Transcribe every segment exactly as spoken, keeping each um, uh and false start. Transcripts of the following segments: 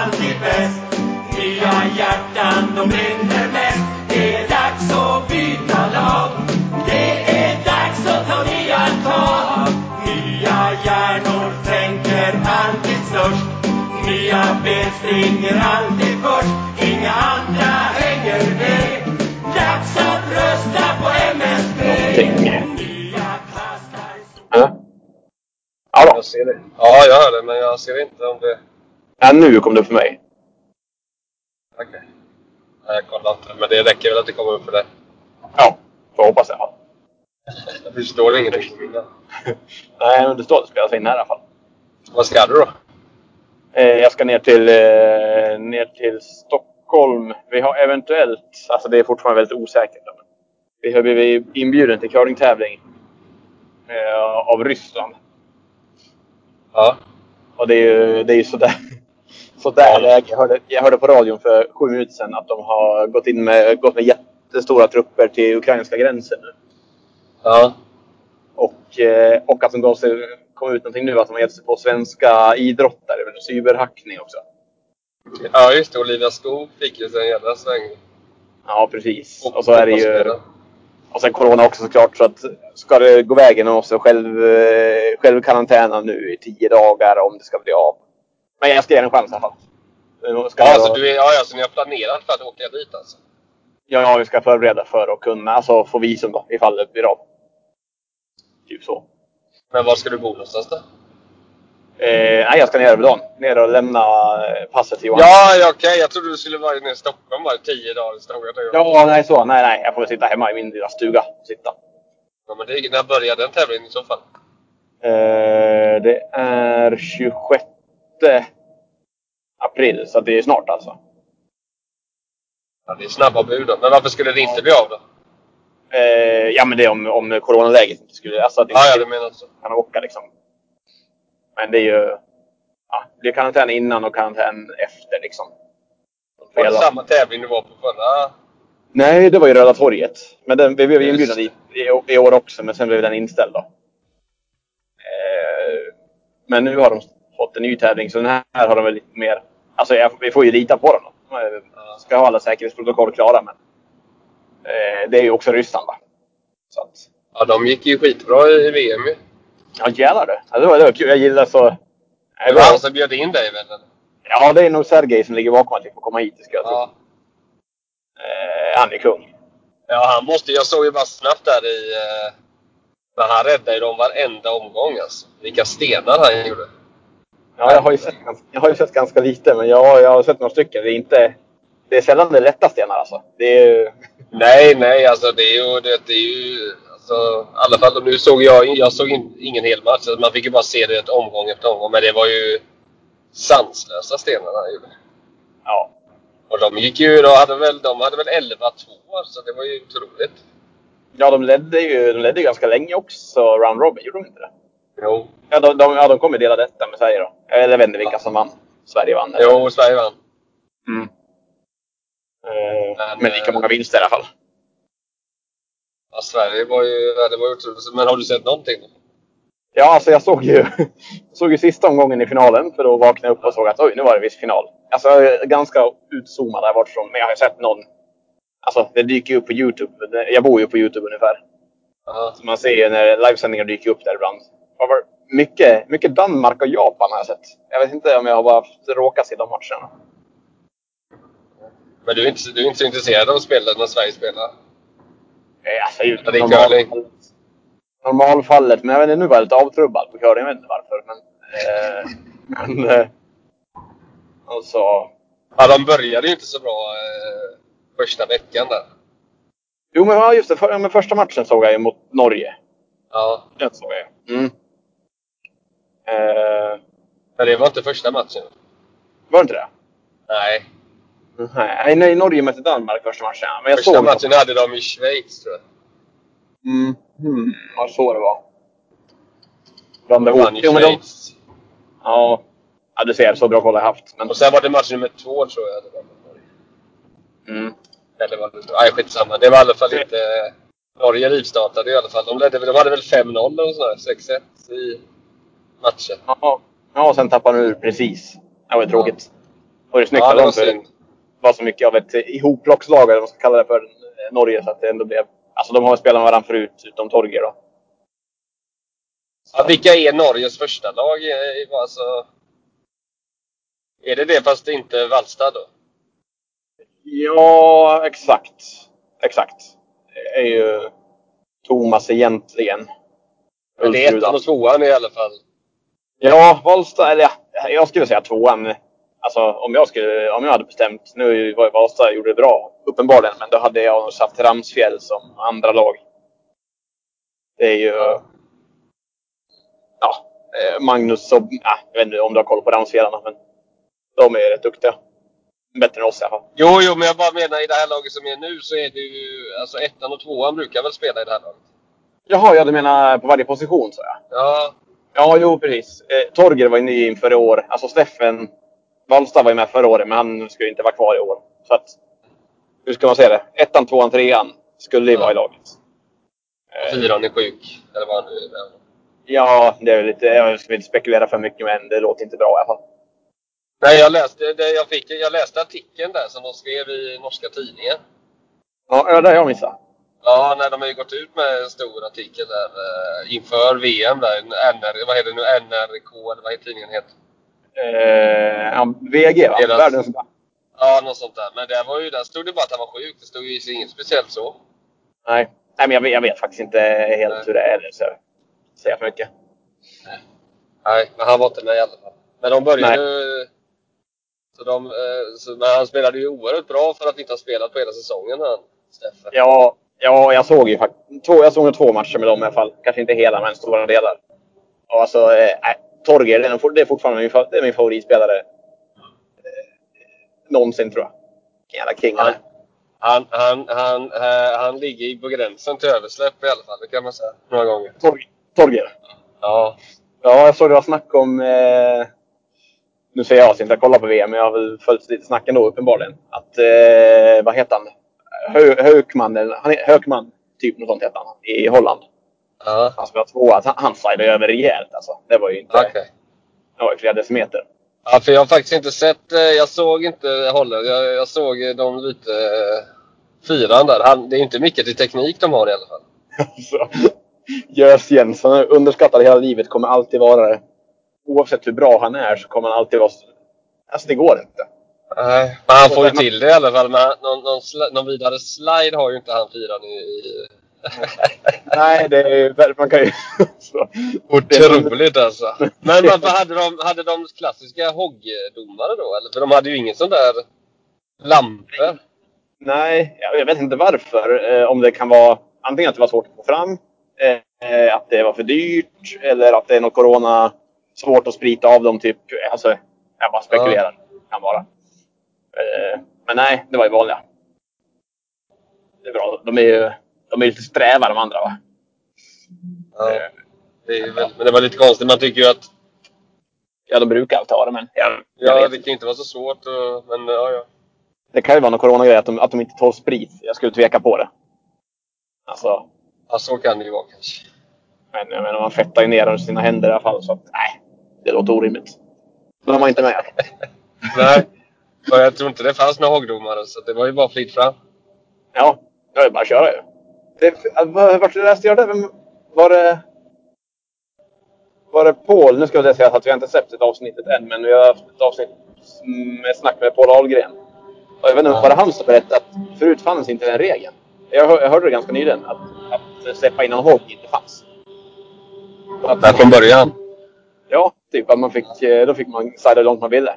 alltid bäst. Nya hjärtan, de brinner mest. Det är dags att byta lag. Det är dags att ta nya tag. Nya hjärnor tänker alltid störst. Nya ben springer alltid först. Inga andra hänger med. Dags att rösta på M S B. Nya kastar så. Ja. Ja då. Jag ser det. Ja, jag hör det, men jag ser inte om det... Ja, nu kom det för mig. Okej. Okay. Jag kollar inte, men det räcker väl att det kommer upp för det. Ja, får hoppas jag. Jag förstår ingenting. Nej, men det står att det spelas in här i alla fall. Vad ska du då? Eh, jag ska ner till, eh, ner till Stockholm. Vi har eventuellt, alltså det är fortfarande väldigt osäkert. Men vi har blivit inbjuden till curlingtävling eh, av Ryssland. Ja. Och det är ju det är sådär. Sådär läge. Jag hörde, jag hörde på radion för sju minuter sedan att de har gått in med, gått med jättestora trupper till ukrainska gränsen nu. Ja. Och, eh, och att de gav sig, kom ut någonting nu att de har gett sig på svenska idrottare med cyberhackning också. Ja, just det. Olivia Skog fick ju en jävla sväng. Ja, precis. Och, och så är det ju... Och sen corona också såklart. Så att ska det gå vägen och så själv, själv karantäna nu i tio dagar om det ska bli av. Men jag ska ge en chans i alla fall. Ska ja, jag... alltså, du är, ja, alltså ni har planerat för att åka dit alltså? Ja, vi ska förbereda för att kunna alltså, få visum då, ifall det blir av. Typ så. Men var ska du bo någonstans då? Eh, nej, jag ska ner över dagen. Ner och lämna passet till Johan. Ja, ja okej. Okay. Jag trodde du skulle vara nere i Stockholm var tio dagar. Ja, nej så. Nej, nej. Jag får sitta hemma i min lilla stuga och sitta. Ja, men det, när börjar den tävlingen i så fall? Eh, det är tjugosjätte april, så det är snart alltså. Ja, det är snabba bud då. Men varför skulle det inte bli av då? Eh, ja, men det är om, om coronaläget inte skulle... Alltså att det ja, inte ja, du menar så. Kan åka liksom. Men det är ju... Ja, det är karantän innan och karantän efter liksom. Var det samma tävling du var på förra? Nej, det var ju Röda torget. Men den, vi blev inbjudna dit i, i år också, men sen blev den inställd då. Eh, men nu har de fått en ny tävling, så den här, här har de väl lite mer... Alltså, jag, vi får ju lita på dem då. De ska ha alla säkerhetsprotokoll klara, men... Eh, det är ju också Ryssland va. Så att... Ja, de gick ju skitbra i V M ju. Ja, jävlar det. Ja, det, var, det var kul. Jag gillar så... Det var han som bjöd in dig väl? Eller? Ja, det är nog Sergej som ligger bakom att vi får komma hit. Ska jag tro. Ja. Eh, han är kung. Ja, han måste... Jag såg ju bara snabbt där i... Eh, när han räddade ju dem varenda omgång alltså. Vilka stenar han gjorde. Ja, jag har ju sett, jag har ju sett ganska lite, men jag, jag har sett några stycken. Det är inte... Det är sällan det lätta stenar alltså. Det är ju... Nej, nej, alltså det är ju... Det, det är ju alltså, i alla fall, nu såg jag... Jag såg in, ingen hel match. Så man fick ju bara se det ett omgång efter omgång. Men det var ju sanslösa stenar han gjorde. Ja. Och de gick ju... De hade väl, de hade väl elva två, så det var ju otroligt. Ja, de ledde ju de ledde ganska länge också, round robin. Gjorde de inte det? Jo. Ja, de, de, ja, de kommer dela detta med Sverige då. Eller jag vet inte vilka ja. som vann. Sverige vann. Eller? Jo, Sverige vann. Mm. Eh, men, men lika många vinster i alla fall. Ja, Sverige var ju... Det var ju otroligt. Men har du sett någonting? Ja, alltså jag såg ju, såg ju sista omgången i finalen. För då vaknade jag upp och såg att oj, nu var det viss final. Alltså ganska utzoomad där bortifrån. Men jag har sett någon... Alltså det dyker ju upp på YouTube. Jag bor ju på YouTube ungefär. Uh-huh. Så man ser ju när livesändningar dyker upp där ibland. Mycket, mycket Danmark och Japan har jag sett. Jag vet inte om jag har bara råkat se de matcherna. Men du är inte, du är inte så intresserad av att spela när Sverige spelar? Alltså, ju det är normal, normalfallet. Men jag vet inte, nu var jag lite avtrubbad på curling. Jag vet inte varför. Men... Eh, men eh, alltså... Ja, de började ju inte så bra eh, första veckan där. Jo, men ja, just det. För, men första matchen såg jag ju mot Norge. Ja. Den såg jag. Mm. Eh, men det var inte första matchen. Var det inte det? Nej. Nej, nej, Norge mötte Danmark första matchen. Men jag första såg matchen hade de i Schweiz, tror jag. Mm, mm. Ja, så det var. Bland de vann i Schweiz. De... Ja. Ja, du ser. Så bra koll jag haft. Men... Och sen var det match nummer två, tror jag. Det var mm. Eller var det... Nej, skitsamma. Det var i alla fall inte... Norge rivstartade i alla fall. De, ledde, de hade väl fem noll eller sådär. sex ett i matchen. Ja, ja, och sen tappade de ur precis. Det var ju tråkigt. Och det är snyggt Ja, att det de var för synd. var så mycket av ett ihoplockslag, eller vad man ska kalla det för, eh, Norge, så att det ändå blev... Alltså de har spelat med varandra förut, utom Torger då. Ja, vilka är Norges första lag? Eh, Alltså, är det det fast det inte är Wallstad då? Ja, exakt. Exakt. Det är ju Thomas egentligen. Men det är ettan och tvåan i alla fall. Ja, Wallstad, eller ja, jag skulle säga tvåan. Alltså om jag skulle, om jag hade bestämt, nu var ju Wallstad gjorde det bra, uppenbarligen, men då hade jag satt Ramsfjäll som andra lag. Det är ju... Ja. Ja, Magnus och... Ja, jag vet inte om du har koll på Ramsfjällarna, men de är rätt duktiga. Bättre än oss i alla fall. Jo, jo, men jag bara menar i det här laget som är nu så är det ju... Alltså ettan och tvåan brukar väl spela i det här laget? Jaha, ja, du menar på varje position, så jag. Ja. Ja, jo, precis. Eh, Torger var ju ny inför i år. Alltså Steffen Wallstad var ju med förra året, men han skulle inte vara kvar i år. Så att... Hur ska man säga det? Ettan, tvåan, trean skulle ju Ja. vara i laget. Och fyran är sjuk. Eller vad nu är det? Ja, det är lite... Jag ska inte spekulera för mycket, men det låter inte bra i alla fall. Nej, jag läste, det, jag, fick, jag läste artikeln där som de skrev i norska tidningen. Ja, ja, det har jag missat. Ja, när de har ju gått ut med en stor artikel där eh, inför V M där. N R, vad heter det nu? N R K eller vad heter tidningen heter? Eh, ja, V G, va? Deras- Världens... Ja, något sånt där. Men det var ju, där stod det bara att han var sjuk. Det stod ju inget speciellt så. Nej. Nej, men jag vet, jag vet faktiskt inte helt Nej. hur det är. Så jag säger för mycket. Nej, men han var inte med i alla fall. Men de började... Så de, eh, så, men han spelade ju oerhört bra för att inte ha spelat på hela säsongen, han, Steffen. Ja, ja, jag såg ju faktiskt... Två, jag såg nog två matcher med dem i alla fall. Kanske inte hela, men stora delar. Och alltså, eh, Torger, det är, det är fortfarande min, det är min favoritspelare. Eh, någonsin, tror jag. Jävla king han är. Han, han, han, han, han ligger på gränsen till översläpp i alla fall, det kan man säga. Några gånger. Torger. Torger. Ja. Ja, jag såg det var snack om... Eh, nu säger jag att jag inte kollar på V M, men jag har väl följt lite snacken då uppenbarligen. Att, eh, vad heter han? Hö, Hökman, eller, han är Hökman, typ något sånt heter han, i Holland. Ja. Han spelar tvåa, han, han slidade över rejält alltså. Det var ju inte... Okej. Okay. Det var ju flera decimeter. Ja, för jag har faktiskt inte sett, eh, jag såg inte Holland, jag, jag såg eh, de lite eh, fyran där. Han, det är inte mycket till teknik de har i alla fall. Alltså, Gös Jensen, underskattad hela livet, kommer alltid vara det. Oavsett hur bra han är så kommer han alltid vara... Alltså det går inte. Nej, men han får ju till det i alla fall. Men någon, någon, sl- någon vidare slide har ju inte han fyran i... i... Nej, det är, man kan ju... så. Otroligt alltså. Men varför hade de, hade de klassiska hoggdomare då? Eller? För de hade ju ingen sån där lampor. Nej, jag vet inte varför. Eh, om det kan vara antingen att det var svårt att få fram, eh, att det var för dyrt, eller att det är något corona, svårt att sprita av dem. Typ. Alltså, jag bara spekulerar. Ja. Kan vara. Eh, men nej, det var ju vanliga. Det är bra. De är ju de är lite sträva, de andra, va? Ja, det är väl, men det var lite konstigt. Man tycker ju att... Ja, de brukar alltid ha det, men... Jag, ja, jag vet. det kan ju inte vara så svårt. Och, men ja, ja. Det kan ju vara någon coronagrej att de, att de inte tål sprit. Jag skulle tveka på det. Alltså... Ja, så kan det ju vara kanske. Men jag menar, man fettar ju ner sina händer i alla fall. Så att, nej, det låter orimligt. Men de var inte med. Nej, och jag tror inte det fanns några hoggdomare. Så det var ju bara fritt fram. Ja, jag vill bara köra ju. Det, vart läste jag det? Vem, var det... Var det Paul? Nu ska jag säga att vi har inte sett ett avsnittet än. Men vi har haft ett avsnitt med snack med Paul Ahlgren. Och jag vet inte, var det han som berättade att förut fanns inte den regeln. Jag, hör, jag hörde det ganska nyligen. Att, att släppa in en hogg inte fanns. Att där från början? Ja, typ att man fick, då fick man slida hur långt man ville.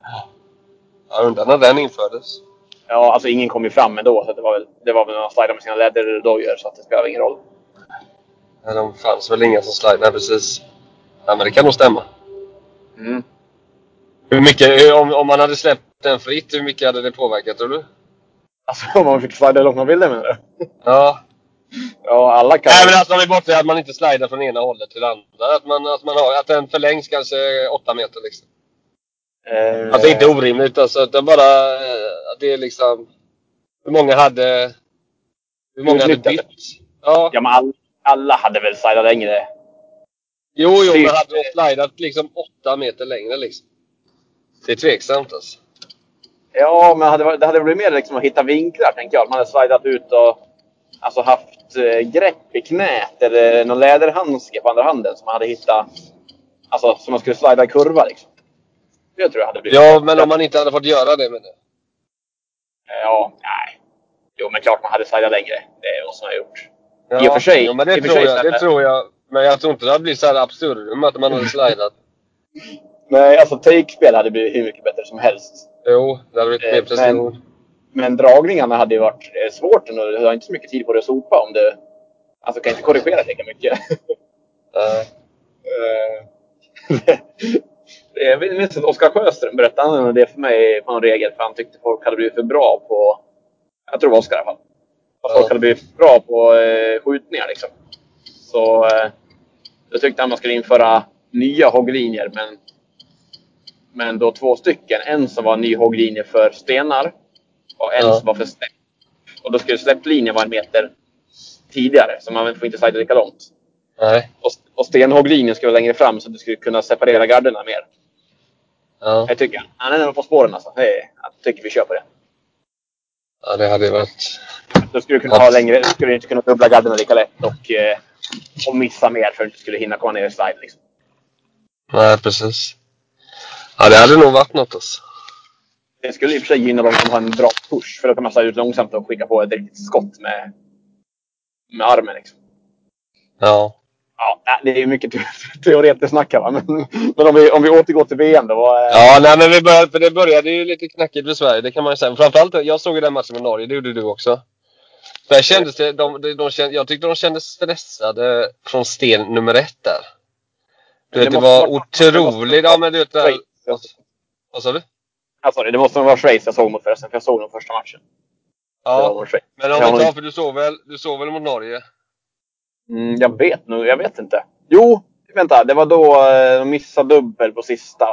Ja, undrar när den infördes. Ja, alltså ingen kom ju fram ändå. Så det var väl, det var väl när man slidade med sina läderdojor. Så att det spelar ingen roll. Ja, de fanns väl inga som slide. Nej, precis. Ja, men det kan nog stämma. Mm. Hur mycket, om, om man hade släppt den fritt, hur mycket hade det påverkat, tror du? Alltså om man fick slida hur långt man ville, menar du? Ja. Ja, alla kan... Nej, men alltså om vi bortser att man inte slidar från ena hållet till det andra. Att, man, att, man har, att den förlängs kanske åtta meter liksom. Eh... Alltså inte orimligt. Alltså, att det bara... Att det är liksom... Hur många hade... Hur många hade bytt? Ja, ja men all, alla hade väl slidat längre. Jo, jo, men hade de slidat liksom åtta meter längre liksom. Det är tveksamt alltså. Ja, men hade, det hade blivit mer liksom att hitta vinklar, tänker jag. Man hade slidat ut och alltså haft eh, grepp i knät eller någon läderhandske på andra handen som man hade hittat. Alltså, som man skulle slida i kurva liksom. Det tror jag hade blivit. Ja, men om man inte hade fått göra det med det. Ja, nej. Jo, men klart man hade slidat längre. Det är vad som har gjort. Ja, I och för sig. ja, men det, i och för tror sig, jag, det tror jag. Men jag tror inte det hade blivit så här absurdum att man hade slidat. Nej, alltså take-spel hade blivit hur mycket bättre som helst. Jo, det hade blivit mer precision. Men, men dragningarna hade ju varit svårt. Och du har inte så mycket tid på det att sopa om du... Alltså kan inte korrigera lika mycket. Nej. Jag vet att Oskar Sjöström berättade om det för mig på en regel. För han tyckte folk hade blivit för bra på... Jag tror det var Oskar i alla fall. Att folk hade blivit för bra på eh, skjutningar liksom. Så eh, då tyckte han man skulle införa nya hogglinjer. Men, men då två stycken. En som var ny hogglinje för stenar. Och en Ja. som var för släpp. Och då skulle släpplinjen vara en meter tidigare. Så man får inte slida lika långt. Nej. Och, och stenhogglinjen skulle vara längre fram så att du skulle kunna separera garderna mer. Ja. Jag tycker han är på spåren alltså. Hey, jag tycker vi kör på det. Ja, det hade varit... Då skulle du kunna ha längre, du skulle inte kunna dubbla garderna lika lätt och, eh, och missa mer för att du inte skulle hinna komma ner i slide liksom. Nej, precis. Ja, det hade nog varit något alltså. Det skulle i och för sig gynna de som har en bra push, för då kan man slida ut långsamt och skicka på ett riktigt skott med, med armen liksom. Ja. Ja, det är ju mycket te- teoretiskt snacka va, men, men om, vi, om vi återgår till V M då. Var, Ja, nej, men vi började, för det började ju lite knackigt för Sverige, det kan man ju säga. Framförallt, jag såg ju den matchen med Norge, det gjorde du också. Där kändes det, de, de, de kände, jag tyckte de kändes stressade från sten nummer ett där. Du vet, det, det var otroligt. Ja, men du vet, där, vad, vad sa du? Ja, sorry, det måste vara Schweiz jag såg mot förresten, för jag såg den första matchen. Ja, men om vi tar, för du såg väl, du såg väl mot Norge? Mm, jag vet nu, jag vet inte. Jo, vänta, det var då eh, de missade dubbel på sista.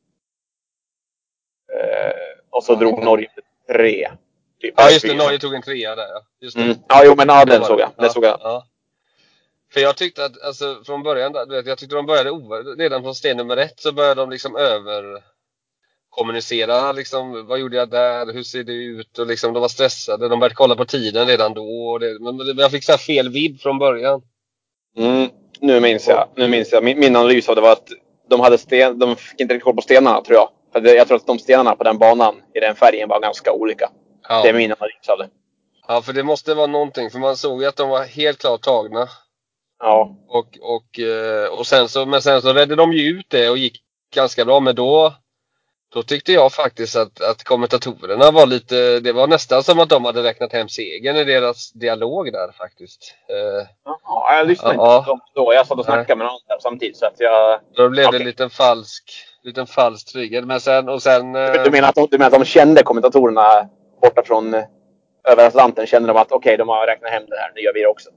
Eh, och så drog Norge tre. Typ, ja, just det, Norge tog en trea där. Ja, just det. Mm. Ja, jo, men ja, den såg jag. Den ja, såg jag. Ja. För jag tyckte att, alltså från början, du vet, jag tyckte de började o- redan från sten nummer ett så började de liksom över kommunicera liksom, vad gjorde jag där, hur ser det ut, och liksom de var stressade, de började kolla på tiden redan då, och det, men jag fick så här fel vibb från början. Mm. Nu minns jag, nu minns jag. Min, min analys av det var att de hade sten, de fick inte riktigt koll på stenarna, tror jag. För det, jag tror att de stenarna på den banan i den färgen var ganska olika. Ja. Det är min analys av det. Ja, för det måste vara någonting, för man såg ju att de var helt klart tagna. Ja. Och, och, och sen så, men sen så redde de ju ut det och gick ganska bra, men då Då tyckte jag faktiskt att, att kommentatorerna var lite... Det var nästan som att de hade räknat hem segern i deras dialog där faktiskt. Uh, ja, jag lyssnade ja, inte på dem då. Jag satt och snackade med någon där samtidigt. Så att jag... Då blev okay. det lite falsk, liten falsk trygghet. Men sen... Och sen uh... du, menar att de, du menar att de kände kommentatorerna borta från uh, över Atlanten? Kände de att okej, okay, de har räknat hem det här. Nu gör vi det också.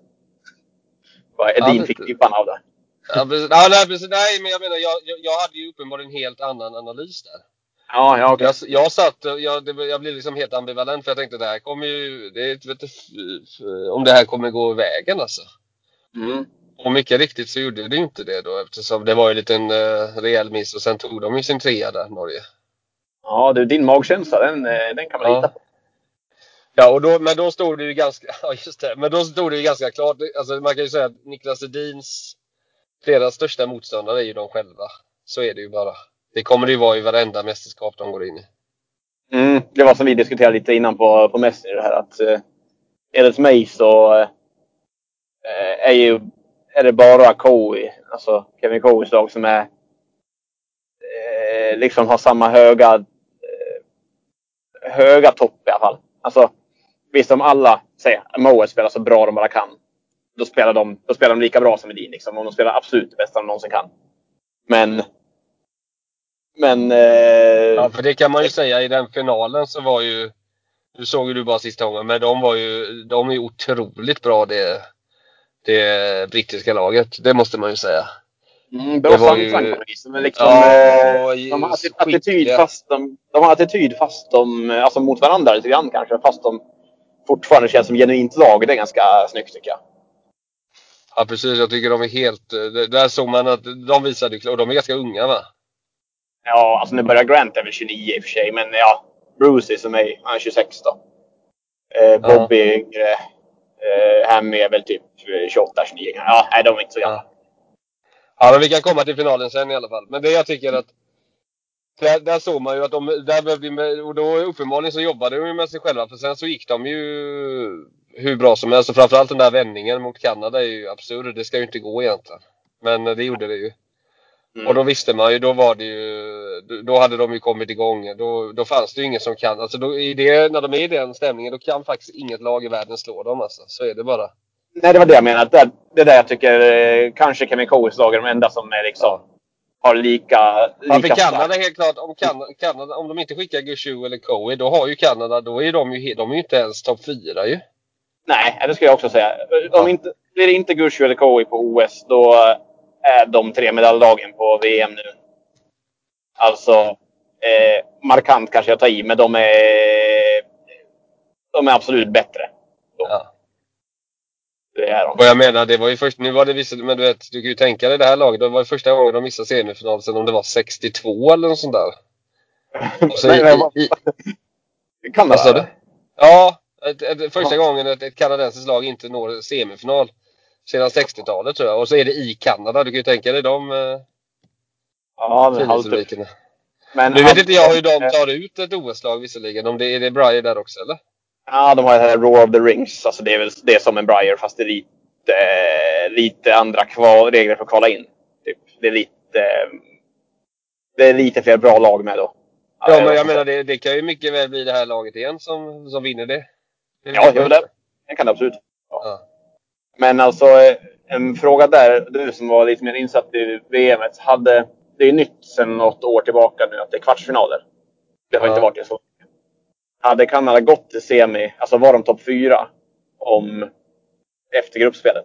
Edin ja, fick vibban av det. Ja, precis, ja, nej, precis, nej, men jag menar, jag, jag, jag hade ju uppenbarligen en helt annan analys där. Ja, ja, okay. jag, jag satt, jag, det, jag blev liksom helt ambivalent, för jag tänkte det här kommer ju, det, vet du, om det här kommer gå vägen alltså. Mm. Och mycket riktigt så gjorde det ju inte det då, eftersom det var ju en liten uh, rejäl miss, och sen tog de ju sin trea där, Norge. Ja, du, din magkänsla, den, den kan man ja. lita på. Ja, och då, men då stod det ju ganska, ja just det, men då stod det ju ganska klart, alltså man kan ju säga att Niklas Edins, deras största motståndare är ju de själva. Så är det ju bara. Det kommer det ju vara i varenda mästerskap de går in i. Mm, det var som vi diskuterade lite innan på, på mäster det här, att eh, enligt mig så eh, är ju är det bara Cowie, alltså Kevin Cowies lag, som är eh, liksom har samma höga eh, höga topp i alla fall. Alltså visst, om alla säger Moe spelar så bra de bara kan, då spelar de, då spelar de lika bra som Edin liksom, och de spelar absolut det bästa de någonsin kan. Men men eh, ja, för det kan man ju säga, i den finalen så var ju, du såg ju du bara sista gången, men de var ju, de är ju otroligt bra, det det brittiska laget, det måste man ju säga. Mm, bra samklang på vis, men liksom ja, de har attityd fast de, de har attityd fast de, alltså mot varandra lite grann kanske, fast de fortfarande känns som genuint lag. Det är ganska snyggt tycker jag. Ja, precis, jag tycker de är helt, där såg man att de visade, och de är ganska unga va? Ja, alltså nu börjar Grant är väl tjugonio i och för sig, men ja, Brucey som är, han är tjugosex då. Eh, Bobby är yngre. Eh, Hammy är väl typ tjugoåtta tjugonio. Ja, nej, de är inte så gamla. Ja. Ja, men vi kan komma till finalen sen i alla fall. Men det jag tycker att där, där såg man ju att de, där behövde med, och då uppenbarligen så jobbade de med sig själva. För sen så gick de ju hur bra som helst. Och framförallt den där vändningen mot Kanada är ju absurd. Det ska ju inte gå egentligen. Men det gjorde det ju. Mm. Och då visste man ju, då var det ju, då hade de ju kommit igång. Då, då fanns det ju ingen som kan, alltså då, i det, när de är i den stämningen, då kan faktiskt inget lag i världen slå dem alltså. Så är det bara. Nej, det var det jag menade. Det, det där jag tycker eh, kanske Kevin Coes lag är de enda som är liksom ja. har lika, lika ja, för Kanada helt klart, om, Kanada, Kanada, om de inte skickar Gushue eller Coe, då har ju Kanada, då är de ju, de är ju inte ens topp fyra ju. Nej, det skulle jag också säga. Om ja. inte, blir det inte Gushue eller Coe på O S, då är de tre medaljlagen på V M nu. Alltså, eh, markant kanske jag tar i, men de är, de är absolut bättre. Så. Ja. Det är de. Och jag menar, det var ju först, nu var det vissa, men du vet, du kan ju tänka dig det här laget, det var ju första gången de missade semifinal sen om det var sextiotvå eller något sånt där. Och så nej, i, nej, i, i, Kanada? Vad sa du? Ja, ett, ett, första ja. gången ett, ett kanadensiskt lag inte når semifinal sedan sextiotalet tror jag. Och så är det i Kanada, du kan ju tänka dig de eh, ja, frihetsrubrikerna. Men nu vet inte jag hur de tar ut ett O S-lag visserligen, om det är det Briar där också eller? Ja, de har det här Roar of the Rings. Alltså det är väl det är som en Briar, fast det är lite, lite andra kval, regler för att kvala in. Typ. Det är lite det är lite fler bra lag med då. Ja, men jag menar det, det kan ju mycket väl bli det här laget igen som, som vinner det. det ja, jo, det, det kan det absolut. Ja. Ja. Men alltså, en fråga där, du som var lite mer insatt i V M, hade, det är nytt sedan något år tillbaka nu att det är kvartsfinaler. Det har ja. inte varit det så. Hade Kanada gått till semi, alltså var de topp fyra om efter gruppspelet?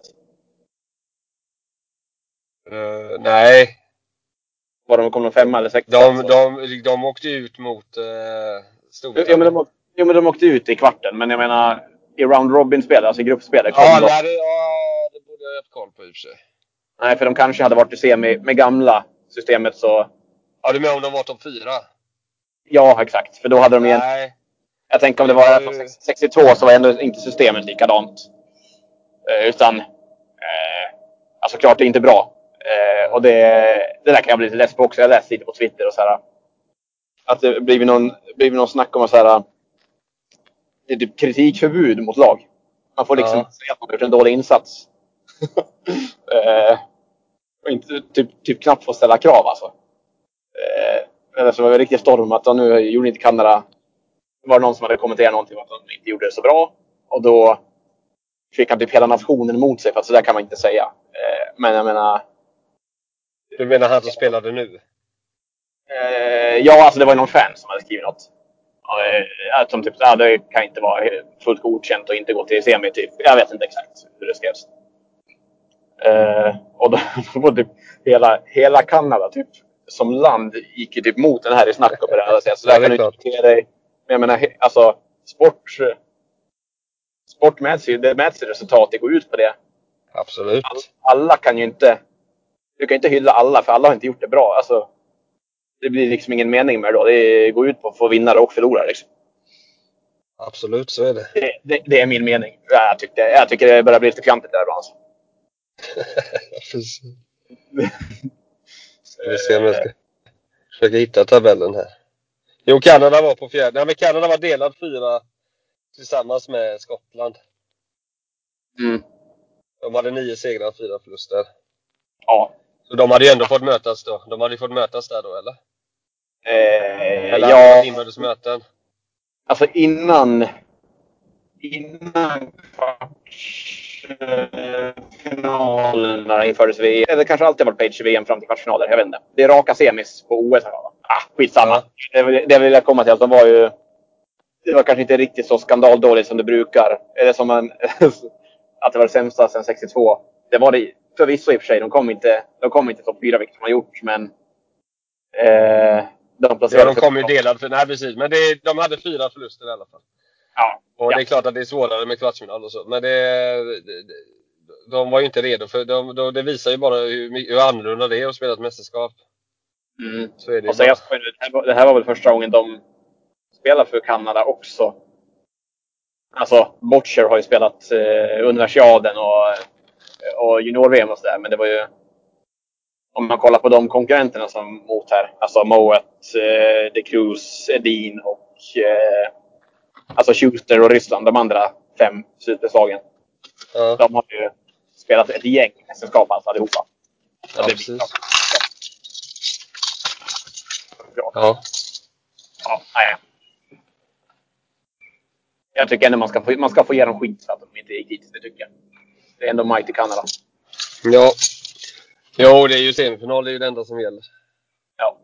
Uh, nej. Var de kom de femma eller sexa? De, de, de åkte ut mot uh, Storbritannien. Ja, men de, ja, men de åkte ut i kvarten. Men jag menar, i round robin-spel, alltså i gruppspelet. Ja, nej, det, ja, det borde jag ha haft koll på i och för sig. Nej, för de kanske hade varit i semi med gamla systemet så... Ja, du menar om de var topp fyra? Ja, exakt. För då hade de igen... Nej. Jag tänker om det var ju... sextiotvå så var ändå inte systemet likadant. Eh, utan... Eh, alltså klart det är inte bra. Eh, och det, det där kan jag bli lite less på också. Jag läste lite på Twitter och så här. Att det blivit någon, blivit någon snack om att så här, det är typ kritikförbud mot lag. Man får liksom ja. säga att man har gjort en dålig insats. eh, och inte typ, typ knappt få ställa krav alltså. Eh, eller så var det riktigt storm att de nu gjorde inte Kanada. Det var någon som hade kommenterat någonting om att de inte gjorde det så bra. Och då fick han typ hela nationen emot sig, för att så där kan man inte säga. Eh, men jag menar... Du menar han som spelade nu? Eh, ja, alltså det var någon fan som hade skrivit något. Eh, som typ, ja, det kan inte vara fullt godkänt och inte gå till semi typ. Jag vet inte exakt hur det skrevs. Eh, och då, då var typ hela, hela Kanada typ som land gick ju typ mot den här i snack och började säga. Så där kan du inte ge dig. Men jag menar, alltså sport sport mäts ju, det mäts ju resultat, det går ut på det. Absolut. All, alla kan ju inte, du kan inte hylla alla, för alla har inte gjort det bra. Alltså, det blir liksom ingen mening med det då. Det går ut på att få vinnare och förlorare liksom. Absolut, så är det. Det, det, det är min mening. Jag tycker, jag tycker det börjar bli lite klantigt där ibland. Precis. Ska vi se om jag ska försöka hitta tabellen här. Jo, Kanada var på fjärde. Nej, men Kanada var delad fyra tillsammans med Skottland. Mm. De hade nio segrar och fyra förluster. Ja. Så de hade ju ändå fått mötas då. De hade ju fått mötas där då, eller? Eh, eller ja. Inbördes möten. Alltså innan innan kvartsfinalen när det infördes V M. Eller kanske alltid varit page V M fram till kvartsfinaler. Jag vet inte. Det är raka semis på O S. Ah, skitsamma. Ja. Det, det vill jag komma till. Att de var ju... Det var kanske inte riktigt så skandaldåligt som det brukar. Eller som man... att det var det sämsta sedan sextiotvå. Det var det förvisso i och för sig. De kom inte, de kom inte topp fyra, vilket de har gjort. Men... Eh, de ja, de kom ju delad för... Nej, precis. Men det, de hade fyra förluster i alla fall. Ja. Och ja. det är klart att det är svårare med kvartsfinal och så. Men det... det, det de var ju inte redo för... De, de, det visar ju bara hur, hur annorlunda det är att spela ett mästerskap. Mm. Så är det och så jag, det, här var, det här var väl första gången de spelat för Kanada också. Alltså, Butcher har ju spelat eh, universiaden och, och junior-V M och sådär. Men det var ju... Om man kollar på de konkurrenterna som mot här. Alltså Moet, eh, De Cruz, Edin och... Eh, alltså Schuster och Ryssland. De andra fem superslagen. Ja. De har ju spelat ett gäng mästerskap alltså allihopa. Ja, det precis. Bra. Ja. Ja, nej. Jag tycker ändå man ska få, man ska få ge dem skit för att de inte gick hit. Det tycker jag. Det är ändå Mighty Kanada. Ja. Jo, det är ju semifinal. Det är ju det enda som gäller. Ja.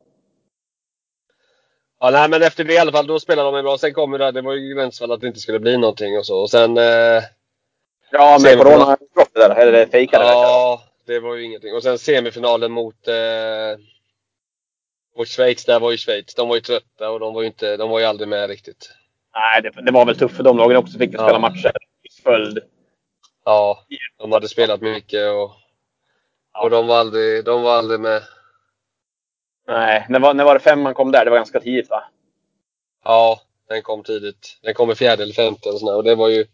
Ja, nej, men efter det i alla fall, då spelade de bra. Sen kom det där, det var ju gränsfall att det inte skulle bli någonting och så. Och sen... Eh, Ja, med corona det där. Eller det fejkade ja, det var ju ingenting. Och sen semifinalen mot... Eh, mot Schweiz, där var ju Schweiz. De var ju trötta och de var ju inte... De var ju aldrig med riktigt. Nej, det, det var väl tufft för de lagen också. Fick ja. spela matcher i följd. Ja, de hade spelat mycket och... Och de var aldrig, de var aldrig med. Nej, när var, när var det fem man kom där? Det var ganska tidigt, va? Ja, den kom tidigt. Den kom i fjärde eller femte och sådär. Och det var ju...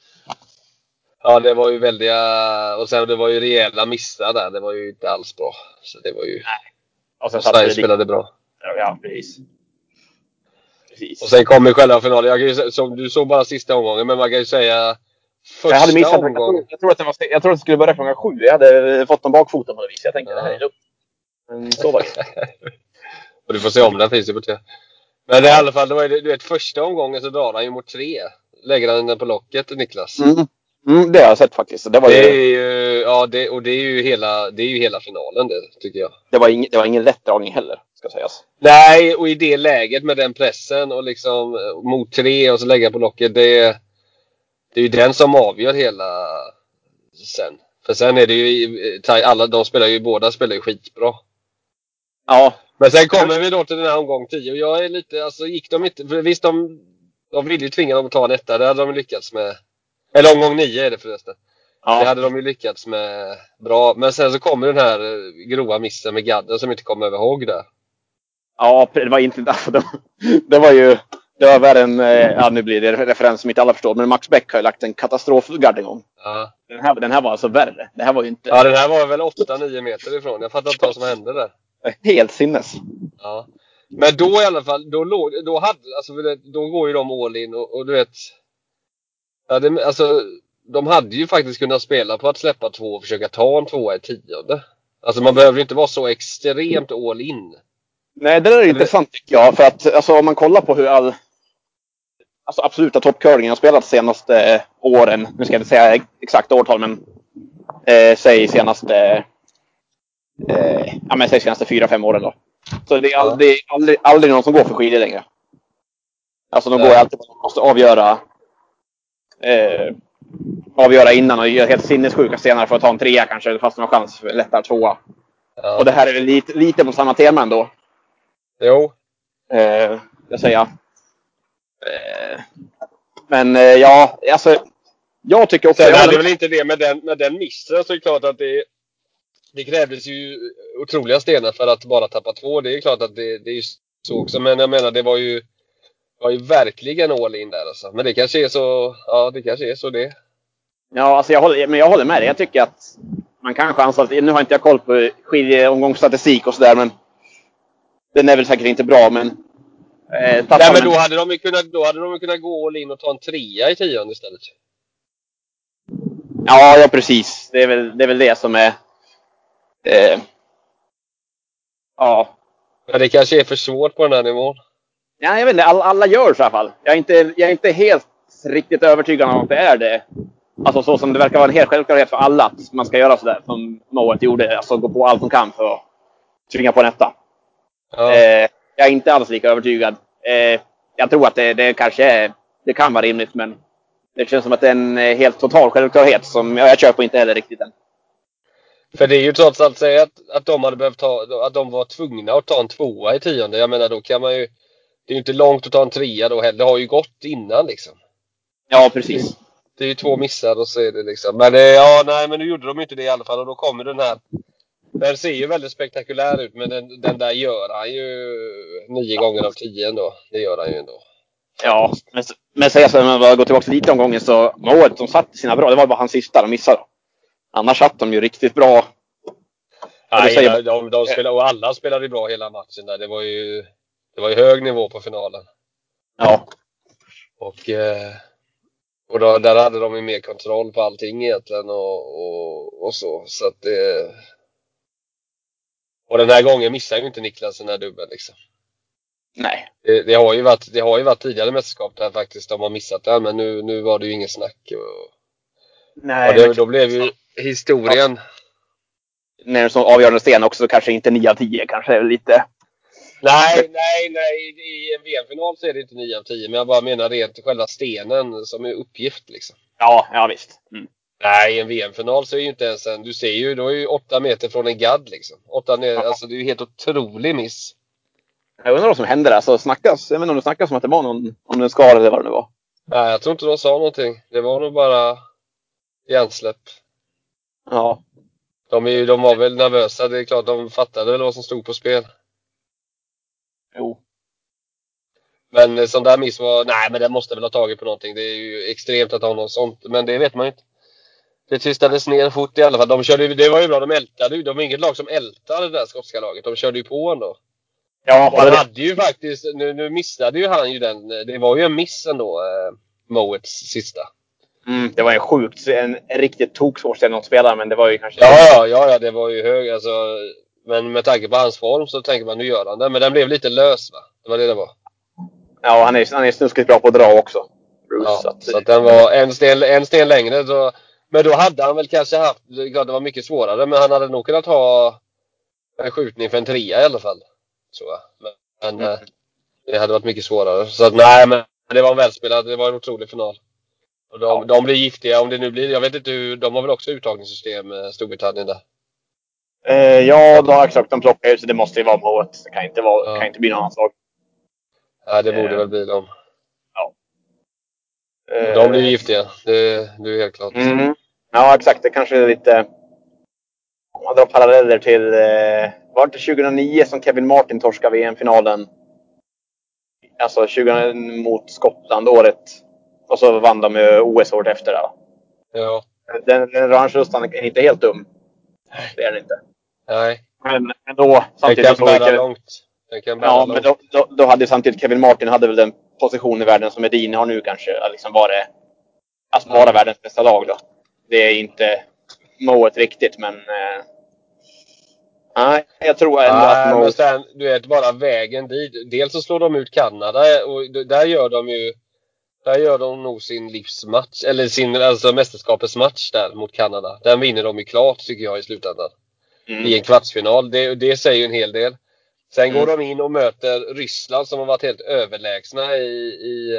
Ja, det var ju väldiga... Och sen det var ju rejäla missar där. Det var ju inte alls bra. Så det var ju... Nej. Och sen och Sverige spelade bra. Ja, precis. precis. Och sen kom ju själva finalen. Jag kan ju, som du såg bara sista omgången, men man kan ju säga... Första jag hade missat omgången. Jag tror att det var, jag tror att det skulle börja klockan sju. Jag hade fått en bakfoten på det viset. Jag tänkte, ja. Det här är lugnt. Men så var det. Och du får se om den finns ju på det. Men i alla fall, det var ju, du vet, första omgången så drar han ju mot tre. Lägger han den på locket, Niklas. Mm. Mm, det har jag sett faktiskt. Det var det ju... är ju, ja, det, och det är ju hela, det är ju hela finalen det, tycker jag. Det var, ing, det var ingen lätt dragning heller, ska sägas. Nej, och i det läget med den pressen och liksom mot tre och så lägga på locket, det, det är ju den som avgör hela sen. För sen är det ju, alla de spelar ju, båda spelar ju skitbra. Ja. Men sen kommer vi då till den här omgång tio och jag är lite, alltså gick de inte, för visst de, de ville ju tvinga dem att ta en etta, det hade de lyckats med. Eller omgång nio är det förresten. Ja. Det hade de ju lyckats med bra. Men sen så kommer den här grova missen med Gadden som inte kom över ihåg där. Ja, det var inte alltså, det, det var ju det var värre än, ja nu blir det referens som inte alla förstår, men Max Beck har ju lagt en katastrofgard en gång. Ja. Den här, den här var alltså värre. Det här var ju inte... Ja, den här var väl åtta nio meter ifrån. Jag fattar inte vad som hände där. Helt sinnes. Ja. Men då i alla fall, då, låg, då, hade, alltså, då går ju de all in och, och du vet... Ja, det, alltså, de hade ju faktiskt kunnat spela på att släppa två och försöka ta en tvåa i tionde. Alltså man behöver ju inte vara så extremt all in. Nej, det är Eller... intressant tycker jag. För att alltså, om man kollar på hur all alltså, absoluta toppcurlingen har spelat de senaste åren. Nu ska jag inte säga exakt årtal, men eh, säg senaste eh, ja, men säg senaste fyra, fem åren då. Så det är aldrig, ja. aldrig, aldrig någon som går för skidor längre. Alltså de Nej. går alltid, man måste avgöra eh, avgöra innan och göra helt sinnessjuka senare för att ta en trea kanske, fast de har chans för lättare tvåa. Ja. Och det här är väl lite, lite på samma tema ändå. Jo. Eh, jag säger. Eh, men eh, ja, alltså jag tycker också... Sen hade väl inte det med den, med den missen, så är det klart att det, det krävdes ju otroliga stenar för att bara tappa två. Det är klart att det, det är så också, men jag menar det var ju var ju verkligen all in där alltså. Men det kanske är så, ja det kanske är så det. Ja, alltså jag håller, men jag håller med dig. Jag tycker att man kan chansa att, nu har inte jag koll på skiljeomgångsstatistik och sådär, men den är väl säkert inte bra, men eh, Nej, men då hade de ju kunnat, då hade de kunnat gå all in och ta en trea i tionde istället. Ja, ja precis. Det är väl det, är väl det som är eh, ja. Men det kanske är för svårt på den här nivån. Ja, jag vet inte. Alla, alla gör så i alla fall. Jag är inte, jag är inte helt riktigt övertygad om att det är det. Alltså så som det verkar vara en helt självklarhet för alla att man ska göra sådär som Moet gjorde. Alltså gå på allt som kan för att tvinga på en etta. Ja. Eh, jag är inte alls lika övertygad. Eh, jag tror att det, det kanske är, det kan vara rimligt, men det känns som att det är en helt total självklarhet som jag, jag köper inte heller riktigt än. För det är ju trots allt säga att, att de hade behövt ta, att de var tvungna att ta en tvåa i tionde. Jag menar då kan man ju, det är ju inte långt att ta en trea då heller. Det har ju gått innan liksom. Ja, precis. Det är ju två missar och så är det liksom. Men det, ja, nej, men nu gjorde de inte det i alla fall. Och då kommer den här. Den ser ju väldigt spektakulär ut. Men den, den där gör han ju nio gånger av tio ändå. Det gör han ju ändå. Ja, men, men säga så när man går tillbaka lite omgången så målet de satt sina bra. Det var bara hans sista de missade. Annars satt de ju riktigt bra. Nej, säger, de, de spelade, och alla spelade bra hela matchen där. Det var ju, det var ju hög nivå på finalen. Ja. Och, eh, och då, där hade de ju mer kontroll på allting egentligen och, och, och så. Så att det... Och den här gången missar ju inte Niklas den här dubbeln liksom. Nej. Det, det, har ju varit, det har ju varit tidigare mästerskap där faktiskt de har missat det. Men nu, nu var det ju ingen snack. Och, Nej, och det, men... då blev ju historien... Ja. När det är så avgörande sten också så kanske inte nio av tio kanske är lite... Nej, nej, nej. I en V M-final så är det inte nio av tio. Men jag bara menar rent själva stenen som är uppgift liksom. Ja, ja visst. Mm. Nej, i en V M-final så är ju inte ens en... Du ser ju, då är ju åtta meter från en gadd liksom. Åtta ner, ja. Alltså det är ju helt otrolig miss. Jag undrar vad som händer där. Så snackas, jag vet inte om det snackas om att det var någon... Om den skar eller vad det var. Nej, jag tror inte de sa någonting. Det var nog bara hjärnsläpp. Ja. De, är ju, de var väl nervösa. Det är klart de fattade väl vad som stod på spel. Jo. Men sån där miss var... Nej, men det måste väl ha tagit på någonting. Det är ju extremt att ha något sånt. Men det vet man ju inte. Det tystades ner fort i alla fall. De körde, det var ju bra, de ältade ju. De var inget lag som ältade det där skotska laget. De körde ju på ändå. Ja, han hade ju faktiskt... Nu, nu missade ju han ju den. Det var ju en miss ändå. Eh, Moets sista. Mm, det var ju sjukt. En, en riktigt toksvår ställning att spela. Men det var ju kanske... Ja, ja, ja, ja, det var ju hög. Alltså, men med tanke på hans form så tänker man, nu gör han det. Men den blev lite lös, va? Det var det det var. Ja, han är, han är snuskigt bra på att dra också. Bruce, ja, så att, så att den var en sten, en sten längre. Så, men då hade han väl kanske haft... Det var mycket svårare, men han hade nog kunnat ha en skjutning för en trea i alla fall. Så, men men mm. det hade varit mycket svårare. Så att, nej, men det var en välspelad. Det var en otrolig final. Och de, ja. de blir giftiga om det nu blir... Jag vet inte hur... De har väl också uttagningssystem, Storbritannien där. Eh, ja, då har jag sagt de plockar ut. Så det måste ju vara Moet. Det kan inte, vara, ja. kan inte bli någon annan slag. Nej, det borde eh. väl bli dem. Ja. Eh. De blir giftiga. Det, det är helt klart. Mm. Ja, exakt. Det kanske är lite... Om man drar paralleller till... Eh, var det tjugohundranio som Kevin Martin torskade V M-finalen? Alltså tjugohundra mot Skottland året. Och så vann de med O S året efter. Då. Ja. Den, den revanschlustan är inte helt dum. Det är den inte. Nej. Men, men då... Samtidigt den kan bära Kevin, långt. Den kan bära ja, långt. men då, då, då hade samtidigt Kevin Martin hade väl den position i världen som Edin har nu kanske. Liksom bara, alltså vara världens bästa lag då. Det är inte Moet riktigt, men... Eh, nej, jag tror ändå nej, att Moet... men sen, du vet, bara vägen dit. Dels så slår de ut Kanada och där gör de ju... Där gör de nog sin livsmatch, eller sin alltså mästerskapets match där mot Kanada. Den vinner de ju klart tycker jag i slutändan. Mm. I en kvartsfinal. Det, det säger ju en hel del. Sen mm. går de in och möter Ryssland som har varit helt överlägsna i, i,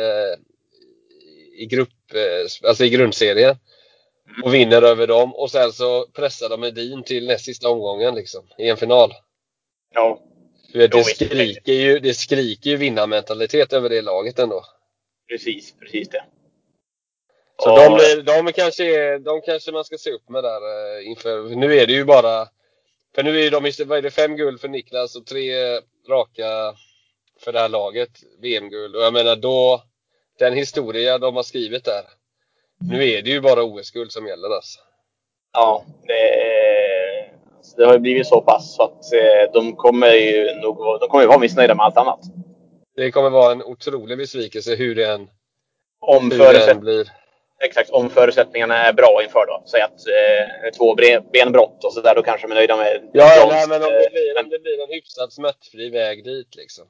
i, grupp, alltså i grundserien. Och vinner över dem. Och sen så pressar de Edin till näst sista omgången liksom, i en final. Ja. Du vet, det, skriker ju, det skriker ju vinnarmentalitet över det laget ändå. Precis, precis det. Så och... de, de, kanske, de kanske man ska se upp med där inför. Nu är det ju bara... För nu är de, vad är det, fem guld för Niklas och tre raka för det här laget, V M-guld. Och jag menar då, den historia de har skrivit där. Nu är det ju bara O S-guld som gäller alltså. Ja, det, det har ju blivit så pass så att de kommer ju nog de kommer ju vara missnöjda med allt annat. Det kommer vara en otrolig besvikelse hur det än, om hur det än blir. Exakt, om förutsättningarna är bra inför då. Säg att eh, två benbrott och så där, då kanske man är nöjda med... Ja, ja nej, men om det, blir, om det blir en hyfsat smärtfri väg dit liksom.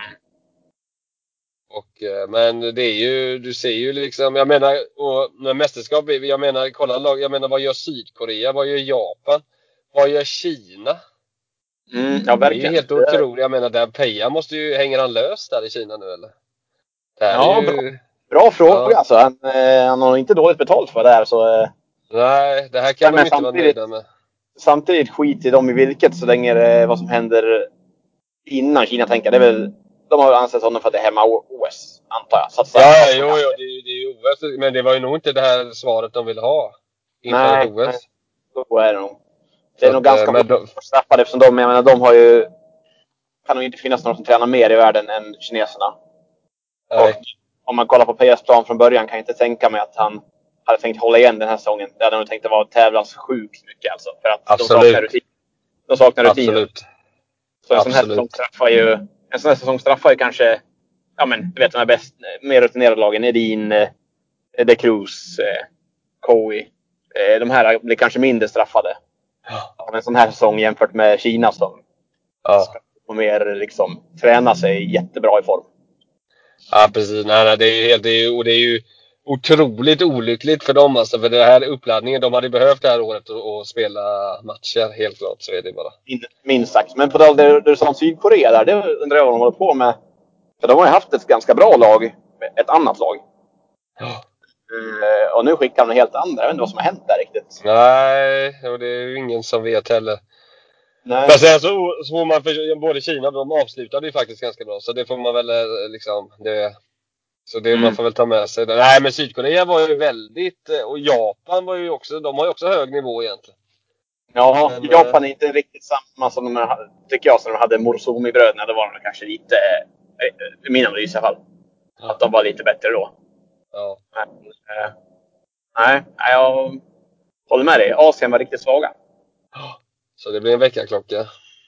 Och, men det är ju, du ser ju liksom, jag menar, och med mästerskap, jag menar, kolla lag, jag menar, vad gör Sydkorea, vad gör Japan, vad gör Kina? Mm, ja, verkligen. Det är helt otroligt, jag menar, där Peja måste ju, hänger han lös där i Kina nu eller? Ja, ju, bra, bra fråga ja. Alltså, han, eh, han har inte dåligt betalt för det här så... Eh, nej, det här kan nej, de inte vara nöjda med. Samtidigt skit i dem i vilket så länge eh, vad som händer innan Kina tänker, det är väl... De har ansett honom för att det är hemma O S, antar jag. Satsar ja, jo, jo, det är, det är ju O S. Men det var ju nog inte det här svaret de ville ha inför nej, ett O S. Nej, då är det nog. Det är så nog att, ganska men då... straffade eftersom de, jag menar, de har ju... kan nog inte finnas någon som tränar mer i världen än kineserna. Nej. om man kollar på P S-plan från början kan jag inte tänka mig att han hade tänkt hålla igen den här säsongen. Det hade nog tänkt att vara tävlans sjukt mycket alltså. För att Absolut. de saknar rutin. De saknar rutin. Absolut. Så en sån här säsong straffar ju, en sån här säsong straffar ju kanske, ja men du vet de här bäst, mer rutinerade lagen, Edin, eh, De Cruz, eh, Cowie. Eh, de här blir kanske mindre straffade av en sån här säsong jämfört med Kina som ja. ska få mer liksom träna sig jättebra i form. Ja, precis. Nej, nej, det är ju helt, det är ju, och det är ju otroligt olyckligt för dem alltså, för det här uppladdningen, de hade behövt det här året att spela matcher, helt klart, så är det bara. Min, minst sagt. Men på det, det, det som Sydkorea där, det undrar jag vad de håller på med. För de har ju haft ett ganska bra lag, ett annat lag. Ja. Uh, och nu skickar de helt andra. Jag vet inte vad som har hänt där riktigt. Nej, och det är ju ingen som vet heller. Nej. Fast alltså, så får man för, både Kina och de avslutade ju faktiskt ganska bra, så det får man väl liksom det, så det mm. man får väl ta med sig. Nej, men Sydkorea var ju väldigt, och Japan var ju också, de har ju också hög nivå egentligen. Ja, men, Japan är inte riktigt samma som de tycker jag, som de hade Morsomi-bröderna. Det var de kanske lite, i min analys i alla fall, ja. Att de var lite bättre då. Ja. Men, äh, nej, jag håller med dig. Asien var riktigt svaga. Så det blir en veckaklocka.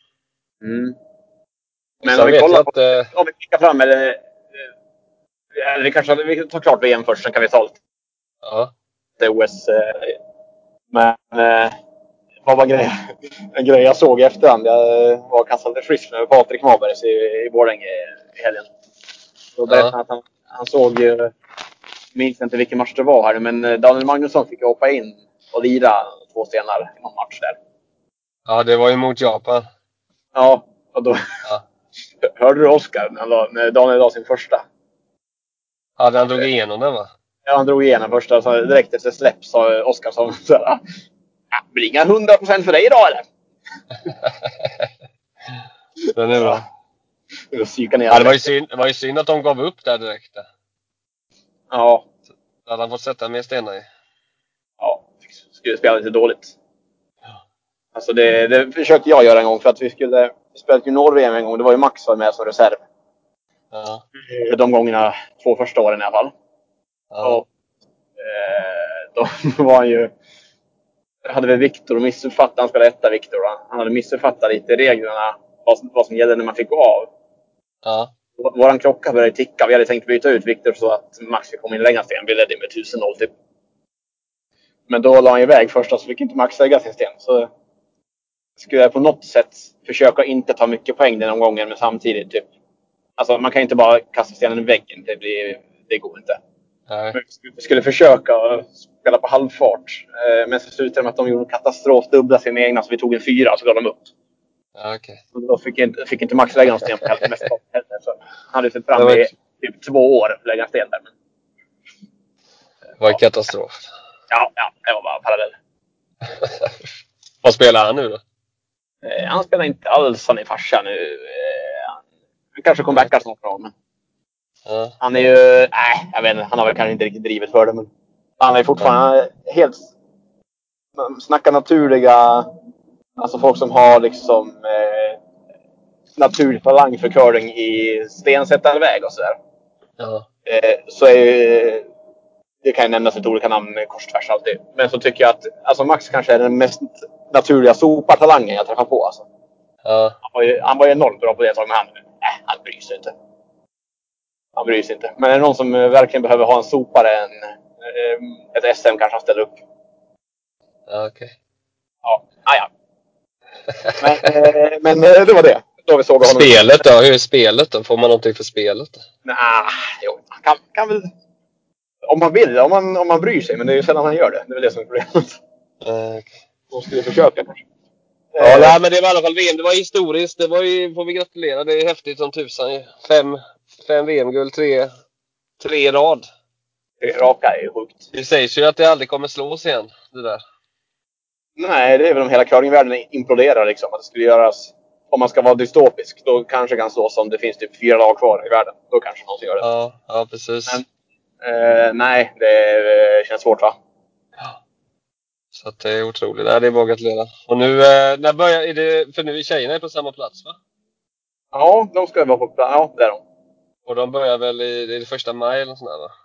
Mm. Men om vi kollar på, att, om vi klickar fram, eller, eller vi kanske vi tar klart V M först, sen kan vi ta lite. Ja. Det är O S. Men eh, vad var grej, en grej jag såg i efterhand. Jag var kastade frisk med Patrik Mabergs i, i Borlänge i helgen. Då berättade han att han, han såg, minns inte vilken match det var här, men Daniel Magnusson fick hoppa in och lira två senare i någon match där. Ja, det var ju mot Japan. Ja, och då ja. Hörde du Oskar när, när Daniel la sin första? Ja, han drog igenom den, va? Ja, han drog igenom första, så direkt efter släpp sa Oskar som såhär, ja, blir inga hundra procent för dig idag eller? Den är bra. Det var, ja, det var ju synd, det var ju synd att de gav upp där direkt. Ja. Så hade han fått sätta mer stenar i. Ja, skulle spela lite dåligt. Ja. Alltså det, det försökte jag göra en gång, för att vi skulle spela ju Norr-V M en gång. Det var ju Max var med som reserv. Ja. De gångerna, två första åren i alla fall. Ja. Och eh, då var han ju, hade väl Viktor missuppfattat, han spelade etta Viktor va? Han hade missuppfattat lite reglerna, vad, vad som gällde när man fick gå av. Ja. Våran klocka började ticka. Vi hade tänkt byta ut Viktor så att Max fick komma in längre sten. Vi ledde med tusen noll typ. Men då la han iväg första, så fick inte Max lägga sin sten. Så skulle jag på något sätt försöka inte ta mycket poäng den gången, men samtidigt typ. Alltså man kan inte bara kasta stenen i väggen. Det, blir, det går inte. Nej. Men vi skulle försöka spela på halvfart. Men så slutade det med att de gjorde en katastrof. Dubbla sina egna, så vi tog en fyra och så gav de upp. Ja, okej. Okay. Då fick inte, fick inte Max lägga en sten på hälften. Så han hade sett fram i typ två år att lägga en sten där. Men... Det var en katastrof. Ja, ja, det var bara parallell. Vad spelar han nu då? Eh, han spelar inte alls, han är farsa nu. Eh, han kanske kommer backa snart bra, men... Ja. Han är ju... Nej, jag vet inte. Han har väl kanske inte riktigt drivet för det, men... Han är fortfarande ja. helt... Snackar naturliga... Alltså folk som har liksom... Eh, naturlig talang för curling i stensättarväg och sådär. Ja. Eh, så är ju... Det kan ju nämnas ett olika namn korstvärs alltid. Men så tycker jag att alltså Max kanske är den mest naturliga sopartalangen jag träffar på. Alltså. Ja. Han, var ju, han var ju enormt bra på det ett tag, men han, nej, han bryr sig inte. Han bryr sig inte. Men är det någon som verkligen behöver ha en sopare, en, ett S M kanske han ställer upp. Ja, okej. Okay. Ja, ah, ja. Men, men det var det. Då vi såg honom. Spelet då? Hur är spelet då? Får man någonting för spelet då? Nej, jo, han kan, kan väl... Om man vill, om man, om man bryr sig. Men det är ju sällan han gör det. Det är väl det som är problemet. Uh, okay. De skulle försöka kanske. Ja, eh. nej, men det var i alla fall V M. Det var historiskt. Det var ju, får vi gratulera. Det är häftigt som tusan. Fem, fem V M-guld, tre, tre rad. Tre raka är ju sjukt. Det sägs ju att det aldrig kommer slås igen, det där. Nej, det är väl om hela curlingvärlden imploderar liksom. Att det skulle göras... Om man ska vara dystopisk, då kanske kan slås om det finns typ fyra lag kvar i världen. Då kanske någon gör det. Ja, ja precis. Men, Uh, nej, det uh, känns svårt va? Ja. Så att det är otroligt. Nej, det är bara att gratulera. Och nu, uh, när börjar är det, för nu är tjejerna på samma plats va? Ja, de ska vara på plats. Ja, det är de. Och de börjar väl i, det är det första maj eller sånt där, va?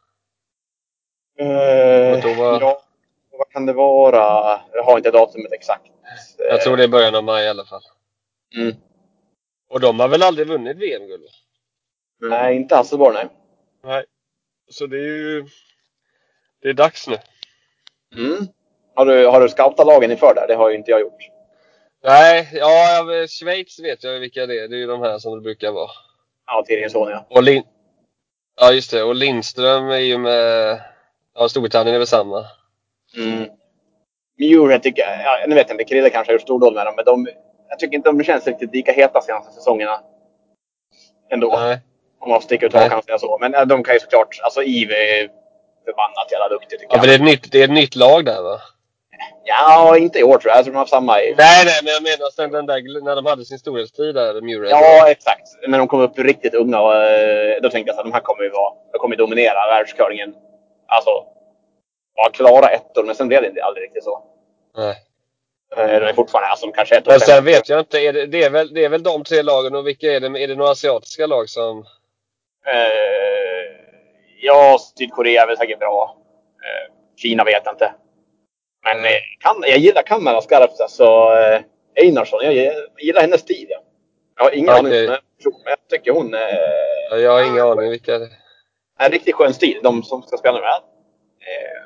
Uh, Och då var, ja, vad kan det vara? Jag har inte datumet exakt. jag tror det är början av maj i alla fall. Mm. Och de har väl aldrig vunnit V M-guld? Nej, inte Hasselborg, nej. Nej. Så det är ju... Det är dags nu. Mm. Har du, har du scoutat lagen inför där? Det har ju inte jag gjort. Nej, ja, Schweiz vet jag vilka det är. Det är ju de här som det brukar vara. Ja, Tirensson, ja. Och Lin... Ja, just det. Och Lindström är ju med... Ja, Storbritannien är väl samma. Mm. Mure tycker jag... Ja, nu vet jag inte, Krille kanske har gjort stordåd med dem, men de... Jag tycker inte de känns riktigt lika heta senaste säsongerna. Ändå. Nej. Om man sticker ut hakan och säger så. Men äh, de kan ju såklart... Alltså, Ive är förbannat jävla duktig, tycker Ja, jag. för det är, ett nytt, det är ett nytt lag där, va? Ja, inte i år tror jag. Jag tror de har haft samma i... Nej, nej, men jag menar sen den där, när de hade sin storhetstid där, Murray. Ja, exakt. När de kom upp riktigt unga, och, eh, då tänkte jag att de här kommer ju vara... De kommer dominera världsköringen. Alltså... Ja, klara ettor, men sen blev det inte aldrig riktigt så. Nej. Eh, De är fortfarande... Alltså, de kanske är ett Men sen vet jag inte, är det, det, är väl, det är väl de tre lagen, och vilka är det? Är det några asiatiska lag som... Eh, ja, Sydkorea är väl säkert bra. Eh, Kina vet jag inte. Men Mm. eh, kan, jag gillar Kanada skarpt. Alltså, eh, Einarsson, jag, jag gillar hennes stil. Ja. Jag har ingen Okej. aning om henne, men jag tycker hon eh, Ja, jag har ingen aning vilka det är. en riktigt skön stil, de som ska spela med. Eh,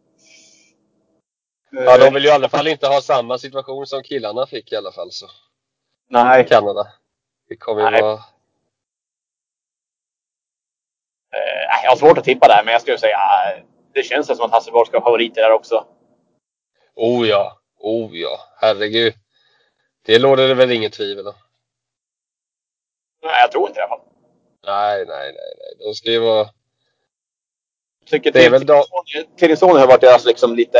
Ja, de vill ju i alla fall inte ha samma situation som killarna fick i alla fall, så. Nej. Kanada. Det kommer ju Nej. vara... Eh, jag har svårt att tippa där, men jag skulle säga eh, det känns som att Hasselborg ska ha favoriter där också. Oh ja, oh ja, herregud. Det låter det väl ingen tvivel om. Nej, jag tror inte det i alla fall. Nej, nej, nej, nej. De ska ju vara... Jag tycker Det är väl då... Tirensson har varit deras liksom lite...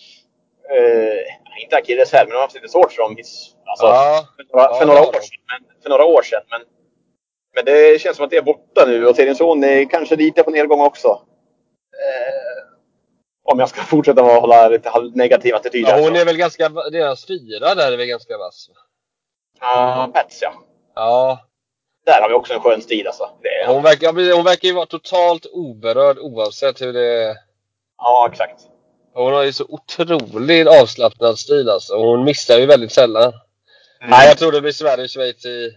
Eh, inte akilleshäl, men de har haft lite svårt för dem. Alltså, Ja, för några, ja, för, några det har år de. sedan, men, för några år sedan. Men, men det känns som att det är borta nu. Och Tirensson är kanske lite på nedgång också. Eh, om jag ska fortsätta att hålla lite negativ attityd. Ja, hon så. är väl ganska... Deras fyra där är väl ganska vass. Ja, Pets, ja. Ja. Där har vi också en skön stil alltså. Det är, Hon verkar, hon verkar ju vara totalt oberörd oavsett hur det är. Ja, exakt. Hon har ju så otroligt avslappnad stil alltså. Och hon missar ju väldigt sällan. Mm. Nej, jag tror det blir Sverige-Schweiz i,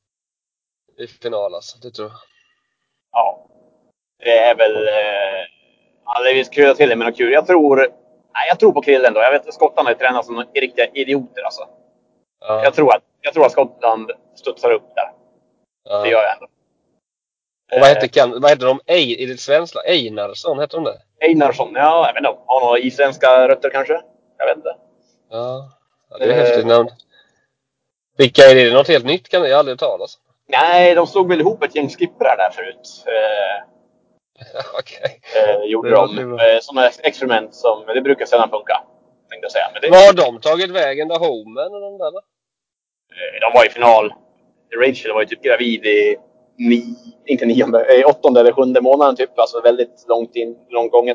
i final alltså. Det tror jag. Ja. Det är väl... Eh, ja, det är visst krydda till det med något kul. Jag tror... Nej, jag tror på Krillen då. Jag vet att skottarna är tränade som riktiga idioter alltså. Ja. Jag tror att, jag tror att Skottland studsar upp där. Ja. Det gör jag ändå. Och vad heter, kan, vad heter de? Ej, är det ett svenskt lag? Einarsson heter de det? Einarsson, ja, jag vet inte. Har några isländska rötter kanske? Jag vet inte. Ja, ja det är ett häftigt namn. Vilka är det? Är det något helt nytt? Kan jag aldrig talas. Nej, de slog väl ihop ett gäng skipprar där förut. Eh, Okej. eh, gjorde de. Eh, sådana experiment som, det brukar sällan funka. Tänkte jag säga. Men det, Vad har de tagit vägen då? Homen och de där? eh, de var i final. Rachel var ju typ gravid i ni, inte nionde, eh, åttonde eller sjunde månaden typ. Alltså väldigt långt in, långt gånget.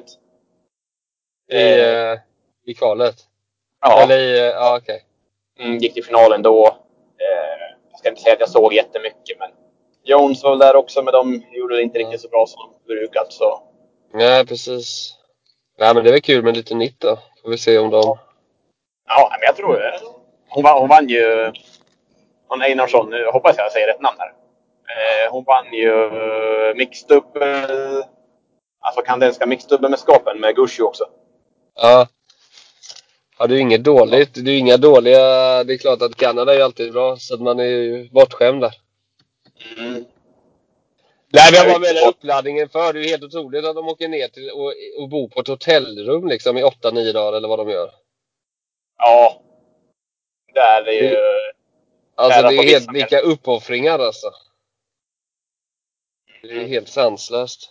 I, eh, i kvalet? Ja. Eller i, eh, ja okej. Mm, gick till finalen då. Eh, jag ska inte säga att jag såg jättemycket, men Jones var där också, men de gjorde det inte Ja. riktigt så bra som de brukat. Så. Nej, precis. Nej, men det är väl kul med lite nytt då. Får vi se om de... Ja, men jag tror det. Hon, vann, hon vann ju... Hon Einarsson, nu hoppas jag säger rätt namn här. Eh, hon vann ju mixdubbel... Alltså kanadensiska mixdubbelmästerskapen med Gushue också. Ja. Ja, det är ju inget dåligt. Det är ju inga dåliga... Det är klart att Kanada är ju alltid bra. Så att man är ju bortskämd där. Mm. Nej, men jag bara menar uppladdningen för. Det är ju helt otroligt att de åker ner till och, och bor på ett hotellrum liksom i åtta nio dagar eller vad de gör. Ja. Där är ju... Det, alltså där det på är helt vissa vilka uppoffringar alltså. Det är Mm. helt sanslöst.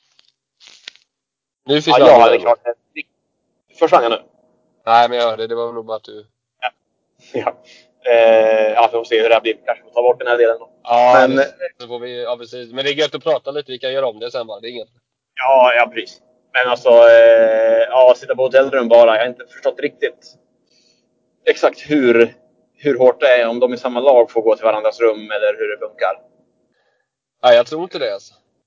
Nu Ja, försvann jag du hade där. klart det. Försvann jag nu? Nej, men jag hörde. Det var nog bara att du... Ja. Ja. Eh, ja, får se hur det här blir. Kanske får ta bort den här delen då. Ja, Men, det, det får vi, ja, precis. Men det är gött att prata lite. Vi kan göra om det sen bara. Det är inget. ja, ja, precis. Men alltså, eh, ja, sitta på hotellrum bara. Jag har inte förstått riktigt exakt hur, hur hårt det är. Om de i samma lag får gå till varandras rum eller hur det funkar. Nej, jag tror inte det alltså.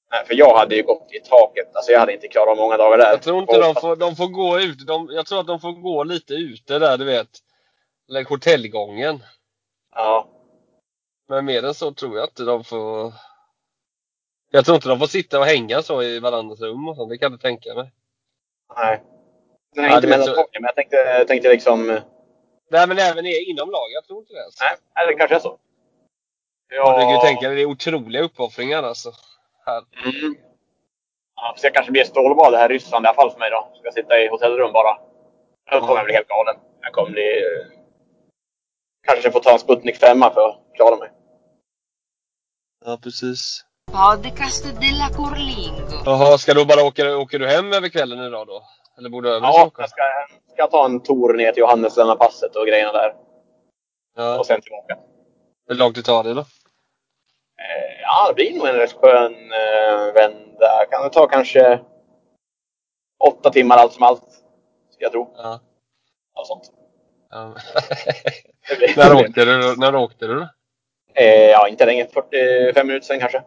Nej, för jag hade ju gått i taket. Alltså jag hade inte klarat många dagar där. Jag tror inte de får, de får gå ut. De, jag tror att de får gå lite ute där, du vet. Eller hotellgången. Ja. Men mer än så tror jag inte de får... Jag tror inte de får sitta och hänga så i varandras rum och sånt. Det kan jag inte tänka mig. Nej. Nej, Ja, inte det är mellan så- taken, men jag tänkte, jag tänkte liksom... Nej, men även inom lag. Jag tror inte det. Alltså. Nej, eller kanske är så. Ja. Du kan ju tänka dig, det är otroliga uppoffringar alltså. Här. Mm. Ja, så jag kanske blir stålbad det här i Ryssland i alla fall för mig då. Ska jag sitta i hotellrum bara. Då kommer jag bli helt galen. Jag kommer bli... Kanske får ta en Sputnik fem för att klara mig. Ja, precis. Podcast della Curlingo. Jaha, ska du bara åka, åker du hem över kvällen idag då? Eller borde du över Ja, åka? jag ska, ska jag ta en tour ner till Johannes, lämna passet och grejerna där. Ja. Och sen tillbaka. Hur långt det tar det då? Eh, ja, det blir nog en rätt skön eh, vända. Kan det ta kanske åtta timmar allt som allt. Ska jag tro. Ja. Allt sånt. Ja. Det blir- när, åkte du, då? när åkte du då? Eh, ja, inte länge. fyrtiofem minuter sen kanske.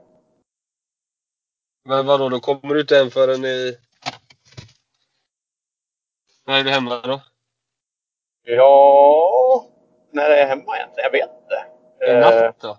Men vadå, då kommer du inte hem förrän i... När är du hemma då? Ja, när är jag hemma egentligen? Jag vet inte. I Eh, natt då?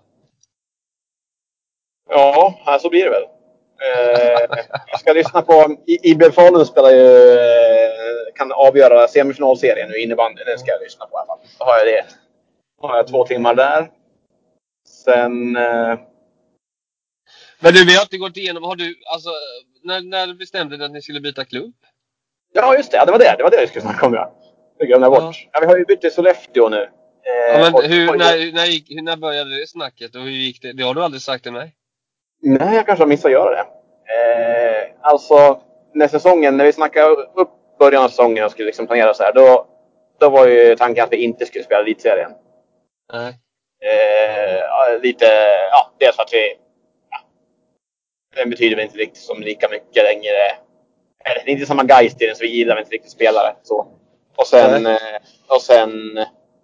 ja, här så blir det väl. Eh, jag ska lyssna på... I, I B Falun spelar ju... Eh, kan avgöra semifinalserien nu innebandy. Den ska jag lyssna på i alla fall. Då har jag det. Då har jag två timmar där. Sen... Eh, Men du, vi har inte gått igenom, har du, alltså, när, när bestämde ni att ni skulle byta klubb? ja, just det. Ja, det var det. Det var det jag skulle snacka om. Ja. Det glömde jag bort. Ja, vi har ju bytt till Sollefteå nu. Eh, Ja, men och- hur, och- när, när, gick, när började det snacket och hur gick det? Det har du aldrig sagt till mig. Nej, jag kanske har missat att göra det. Eh, alltså, när säsongen, när vi snackade upp början av säsongen och skulle liksom planera så här, då, då var ju tanken att vi inte skulle spela elitserien. Nej. Eh, ja, lite, ja, dels för att vi, ja, den betyder väl inte riktigt som lika mycket längre. Eller, det är inte samma geist i den, så vi gillar väl inte riktigt spelare. Så. Och sen, eh, och sen,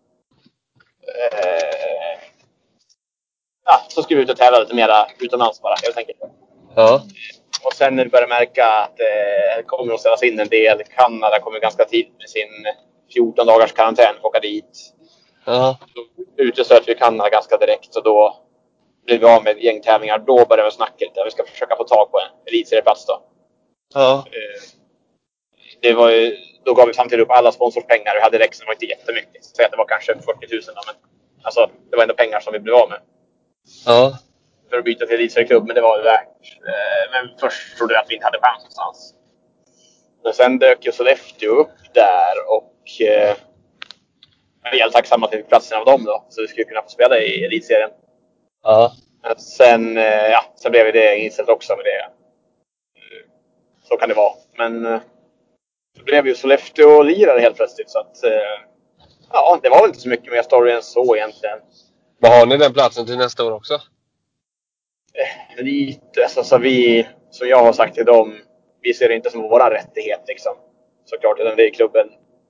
eh, ja, så skulle vi ut och tävla lite mera utomlands bara, helt enkelt. Ja. Och sen när vi börjar märka att det eh, kommer att ställas in en del. Kanada kommer ganska tidigt med sin fjorton dagars karantän för att åka dit. Ja. Då uteslöt vi Kanada ganska direkt. Så då blev vi av med gängtävlingar. Då började vi snacka lite. Vi ska försöka få tag på en elitserieplats då. Ja. Eh, det var ju, då gav vi samtidigt upp alla sponsorspengar. Vi hade Rexen, det var inte jättemycket. Säg att det var kanske fyrtio tusen då, men alltså, det var ändå pengar som vi blev av med. Ja. För att byta till elitserieklubb, men det var det värt. Eh, men först trodde jag att vi inte hade chans någonstans. Men sen dök ju Sollefteå upp där och eh, jag är helt tacksam att vi fick platsen av dem då. Så vi skulle kunna få spela i elitserien. Ja. Men sen, eh, ja, sen blev det inställt också med det. Så kan det vara. Men eh, så blev ju Sollefteå lirare helt plötsligt. Så att, eh, ja, det var väl inte så mycket mer story än så egentligen. Men har ni den platsen till nästa år också? Eh, lite, alltså, så vi, som jag har sagt till dem, vi ser det inte som vår rättighet liksom. Såklart, utan det är klubben.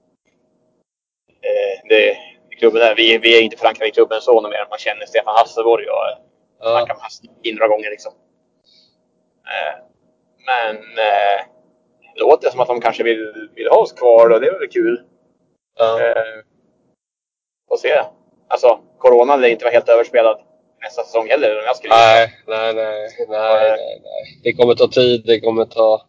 Eh, det är klubben där. Vi, vi är inte förankrade i klubben så mer än man känner Stefan Hasselborg och Ja. snackar med Hasselborg några gånger liksom. Eh, men eh, det låter som att de kanske vill, vill ha oss kvar och det är väl kul. Ja. Eh, får se. Alltså, corona lär inte vara helt överspelad nästa säsong heller. Om jag skulle Nej, nej, nej, nej, nej, nej. Det kommer ta tid, det kommer ta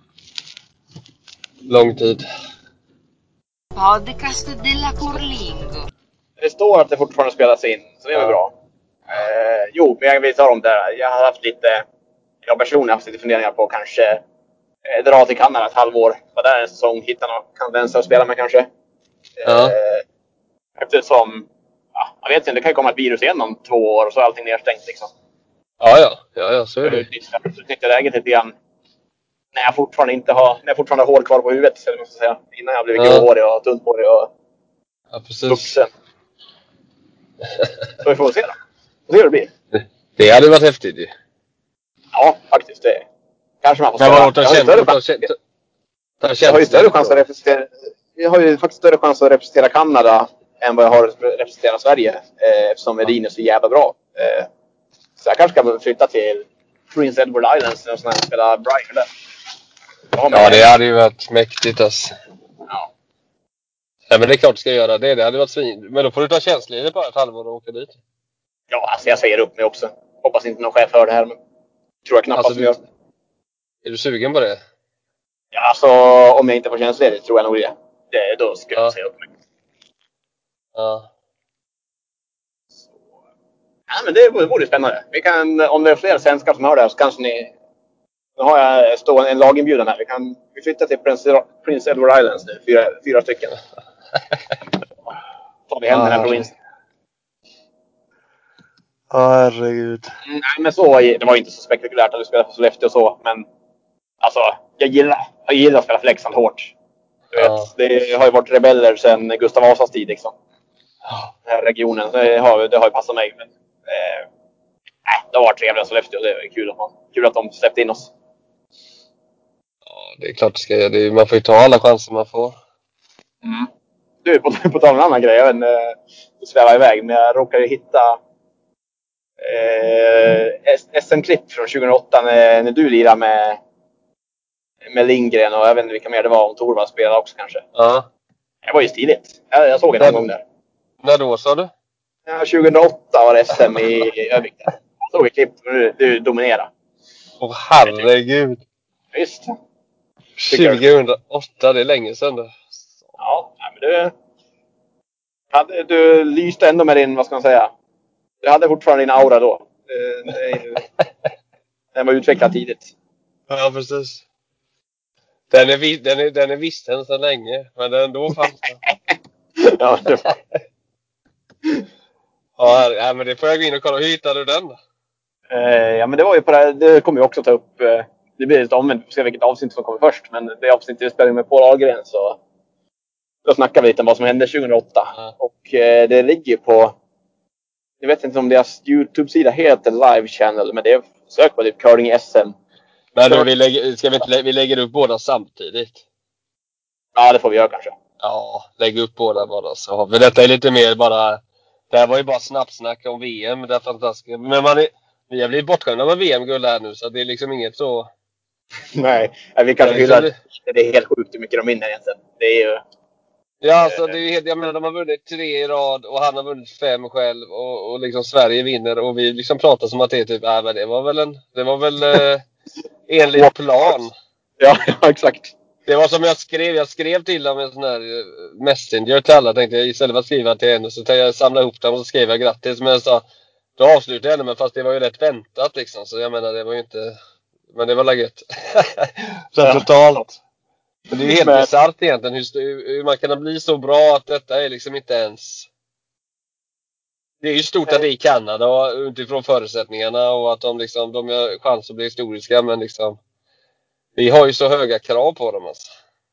lång tid. Podcast della Curlingo. Det står att det fortfarande spelas in, så det är väl Ja. bra. Eh, jo, men jag vill ta om det där. Jag har haft lite, jag personligen har haft lite funderingar på att kanske eh, dra till Kanada ett halvår. Vara där en säsong, hitta någon kanadensare att spela med kanske. Ja. Eh, eftersom, ja, man vet inte, det kan ju komma ett virus igen om två år och så är allting nedstängt liksom. Ja, ja, ja, ja, så är Jag det. utnyttjar utnyttjar läget lite grann. När jag fortfarande inte har, när jag fortfarande har hår kvar på huvudet, eller vad man ska säga. Innan jag blivit Ja. gråhårig och tunnhårig och Ja, precis. vuxen. Så vi får se då. Vi får se hur det blir. Det hade varit häftigt ju. Ja, faktiskt. Det kanske man får Men spela. vadå, ta Jag har ju tjänst- större ta chans- tjänst- ta jag har ju större tjänst- chans att representera. Jag har ju faktiskt större chans att representera Kanada än vad jag har att representera Sverige. Eh, eftersom Edin är så jävla bra. Eh, så jag kanske kan flytta till Prince Edward Islands och sådana här spela Briar där. Ja, Ja, det hade ju varit mäktigt alltså. Ja. Ja, men det är klart du ska göra det. Det hade varit svin. Men då får du ta tjänstledigt bara ett halvår och åka dit. Ja, alltså jag säger upp mig också. Hoppas inte någon chef hör det här, men tror jag knappast Alltså, gör. Är du sugen på det? Ja, alltså om jag inte får tjänstledigt tror jag nog det. det då ska jag Ja. säga upp mig. Ja. Ja, men det vore spännande. Vi kan, om det är fler svenskar som hör det här så kanske ni... Nu har jag stående en laginbjudan här. Vi kan vi flytta till Prince, Prince Edward Islands nu. Fyra, fyra stycken. Tar vi hem den här provinsen. Ja, herregud. Mm, nej, men så, det var inte så spektakulärt att du spelade för Sollefteå och så. Men alltså, jag gillar, jag gillar att spela för Leksand hårt. Du vet, Ja. det har ju varit rebeller sedan Gustav Vasas tid liksom. Den här regionen, det har, det har ju passat mig. Men, eh, nej, det har varit trevligt Sollefteå. Det är kul att, man, kul att de släppte in oss. Ja, det är klart det ska jag. Det är, man får ju ta alla chanser man får. Mm. Du, på, på tal om en annan grej. Jag vet inte, du svävar iväg. Men jag råkade hitta eh, S M-klipp från tjugohundraåtta när, när du lirade med, med Lindgren. Och jag vet inte vilka mer det var. Om Torvald spelade också kanske. Ja. Det var ju stiligt. Jag, jag såg det någon gång där. När då sa du? Ja, tjugohundraåtta var det S M i Övik. Jag såg ett klipp. Du, du dominerade. Åh, herregud. Visst. tjugohundraåtta, det är länge sedan då. Ja, men du... Hade, du lyste ändå med din, vad ska man säga? Du hade fortfarande din aura då. Det, det, den var utvecklad tidigt. Ja, precis. Den är, den är, den är visst än så länge. Men den ändå fanns det. Ja, det var... Ja, ja, men det får jag gå in och kolla. Hur hittade du den då? Eh, ja, men det var ju på det här, det kommer vi också ta upp. Eh, det blir lite omvänt. Vi får se vilket avsnitt som kommer först. Men det avsnittet vi spelade med Paul Ahlgren, så då snackar vi lite om vad som hände tjugohundraåtta. Ja. Och eh, det ligger på... Jag vet inte om deras YouTube-sida heter Live Channel, men det är sök på typ curling S M. Men du, vi lägger, ska vi inte, vi lägger upp båda samtidigt. Ja, det får vi göra kanske. Ja, lägg upp båda bara så har vi. Detta är lite mer bara... Det här var ju bara snabbsnack om V M. Det är fantastiskt. Men man är, vi har blivit bortskämda med V M-guld här nu, så det är liksom inget så... Nej, vi kanske det hyllar... det... Det är helt sjukt hur mycket de vinner egentligen. Det är ju... Ja, alltså det är ju helt... Jag menar, de har vunnit tre i rad och han har vunnit fem själv. Och, och liksom Sverige vinner och vi liksom pratar som att det är typ... Äh, men det var väl en... Det var väl... Eh, enligt plan. Ja, ja, exakt. Det var som jag skrev. Jag skrev till dem en sån här messenger till alla. Tänkte jag istället för att skriva till en. Så tänkte jag samla ihop dem och så skrev jag grattis. Men jag sa, då avslutade jag det. Men fast det var ju rätt väntat liksom. Så jag menar, det var ju inte... Men det var läget. Så Ja. totalt. Men det är ju helt Men... bisarrt egentligen. Hur, hur man kan bli så bra att detta är liksom inte ens... Det är ju stort att det är i Kanada och utifrån förutsättningarna. Och att de liksom, de har chans att bli historiska. Men liksom... Vi har ju så höga krav på dem alltså.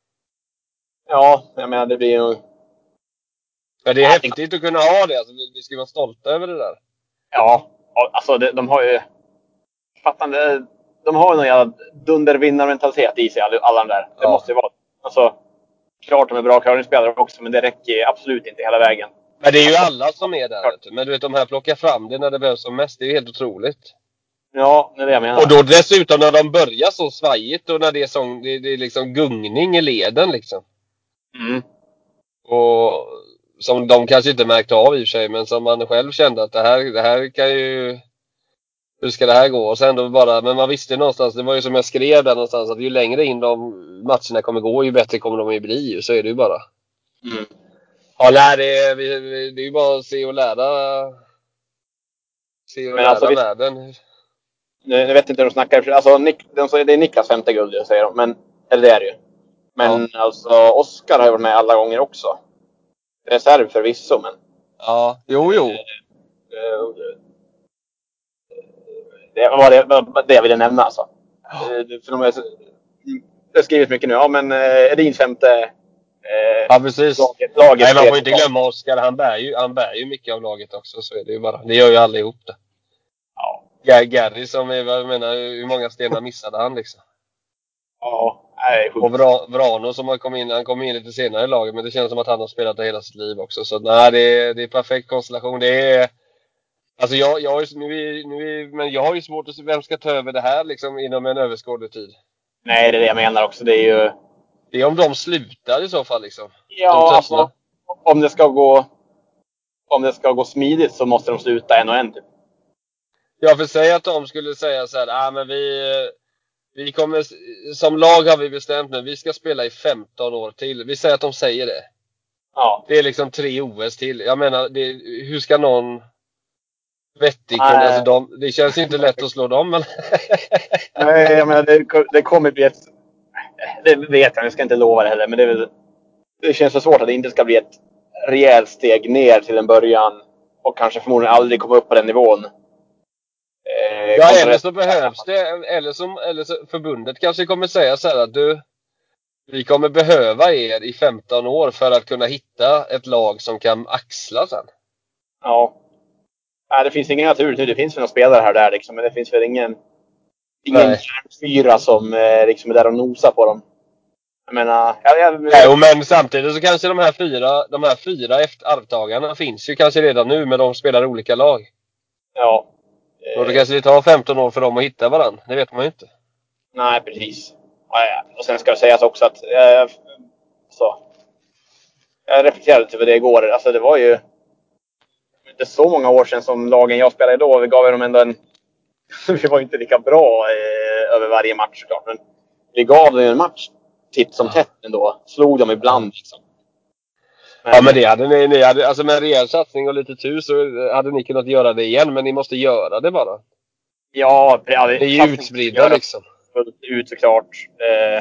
Ja, jag menar det blir ju... Ja, det är häftigt att kunna ha det. Alltså, vi ska vara stolta över det där. Ja, alltså de, de har ju... Fattande, de har ju någon jävla dundervinnarmentalitet i sig, alla de där. Det Ja. måste ju vara... Alltså, klart de är bra curlingspelare också, men det räcker absolut inte hela vägen. Men det är ju alla som är där. Vet du. Men du vet, de här plockar fram det när det behövs som mest. Det är ju helt otroligt. Ja, det är det jag menar. Och då dessutom när de börjar så svajigt och när det är, sån, det, det är liksom gungning i leden liksom. Mm. Och som de kanske inte märkte av i och för sig, men som man själv kände att det här, det här kan ju... Hur ska det här gå? Och sen då bara, men man visste någonstans, det var ju som jag skrev där någonstans, att ju längre in de matcherna kommer gå, ju bättre kommer de ju bli. Så är det ju bara. Mm. Ja, nej, det, är, vi, det är ju bara att se och lära. Se och Men lära alltså, vi- världen. Jag vet inte hur de snackar. Alltså, Nick, de säger det är Niklas femte guld, säger de. Men, eller det är det ju. Men alltså, Oskar har ju varit med alla gånger också. Reserv förvisso, men... Ja, jo, jo. Det var det, var det jag ville nämna alltså. Eh, För de är, det har skrivit mycket nu. Ja, men eh, Edins femte... Eh, Ja, precis. Laget, laget Nej, man får inte glömma Oskar. Han bär ju, han bär ju mycket av laget också. Så är det ju bara. Det gör ju allihop det. Ja. Gary, Gary som är, jag menar, hur många stenar missade han liksom? Ja, nej, Och Vra, Vrano som har kommit in, han kom in lite senare i laget. Men det känns som att han har spelat det hela sitt liv också. Så nej, det är, det är perfekt konstellation. Det är, Alltså jag, jag har ju, nu är, nu är, men jag har ju svårt att se vem ska ta över det här liksom inom en överskådlig tid. Nej, det är det jag menar också. Det är ju... Det är om de slutar i så fall liksom. Ja, alltså, om det ska gå om det ska gå smidigt så måste de sluta en och en typ. Ja, för säg att de skulle säga så här, ah, men vi, vi kommer, som lag har vi bestämt nu, vi ska spela i femton år till. Vi säger att de säger det. Ja. Det är liksom tre O S till. Jag menar, det, hur ska någon vettig kunna, Nej. alltså de, det känns inte lätt att slå dem, men... Nej, jag menar, det, det kommer bli ett... Det vet jag, jag ska inte lova det heller, men det, är väl, det känns så svårt att det inte ska bli ett rejält steg ner till en början och kanske förmodligen aldrig komma upp på den nivån. Eh, Ja, eller så behövs det, eller som eller så förbundet kanske kommer säga så här att du, vi kommer behöva er i femton år för att kunna hitta ett lag som kan axla sen. Ja. Nej, det finns ingen natur nu. Det finns väl några spelare här och där liksom, men det finns väl ingen ingen fyra som eh, liksom är där och nosar på dem. Jag menar, jag, jag, Nej, men samtidigt så kanske de här fyra, de här fyra efter arvtagarna finns ju kanske redan nu, men de spelar i olika lag. Ja. Eh, och det kanske det tar femton år för dem att hitta varandra. Det vet man ju inte. Nej, precis. Ja, ja. Och sen ska det sägas också att eh, så. Jag reflekterade över det igår. Alltså det var ju inte så många år sedan som lagen jag spelade då. Vi gav dem ändå en... vi var ju inte lika bra eh, över varje match såklart. Men vi gav dem en match titt som tätt ändå. Slog dem ibland liksom. Men, ja, men det hade ni, ni hade, alltså med en rejäl satsning och lite tur så hade ni kunnat göra det igen. Men ni måste göra det bara. Ja, ja det, det är ju utspridda liksom. Fullt ut såklart. Eh,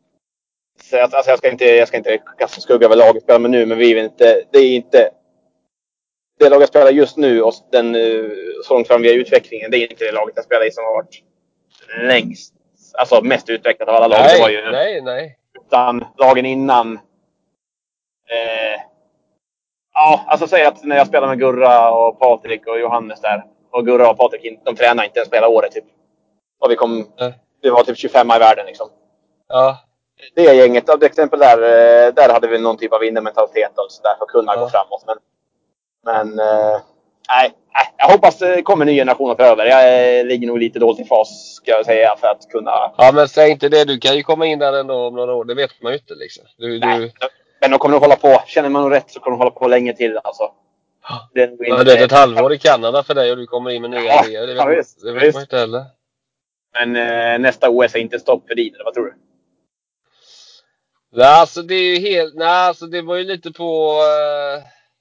så att, alltså jag ska inte, jag ska inte kasta skugga över laget spelar med nu, men vi är inte, det är inte det laget spelar just nu och den så långt fram via utvecklingen, det är inte det laget jag spelar i som har varit längst, alltså mest utvecklat av alla lag. Nej, det var ju, nej, nej. Utan lagen innan. Eh, ja, alltså säg att när jag spelar med Gurra och Patrik och Johannes där, och Gurra och Patrik, de tränar inte ens spela året typ. Och vi kom, det var typ tjugofem i världen liksom. Ja. Det gänget, av exempel där, där hade vi någon typ av vinnermentalitet och så där för att kunna ja. gå framåt. Men, men äh, nej, jag hoppas det kommer en ny generation att ta över. Jag ligger nog lite dåligt i fas, ska jag säga, för att kunna... Ja, men säg inte det. Du kan ju komma in där ändå om några år. Det vet man ju inte liksom. Du, nej, du... men de kommer nog hålla på. Känner man nog rätt så kommer de hålla på länge till alltså. Det är, inte... ja, det är ett halvår i Kanada för dig och du kommer in med nya ja, idéer. Det vet, ja, man, visst, det vet visst. man inte heller. Men äh, nästa O S är inte stopp för din, eller vad tror du? Nej, alltså det är ju helt... Nej, alltså det var ju lite på... Uh...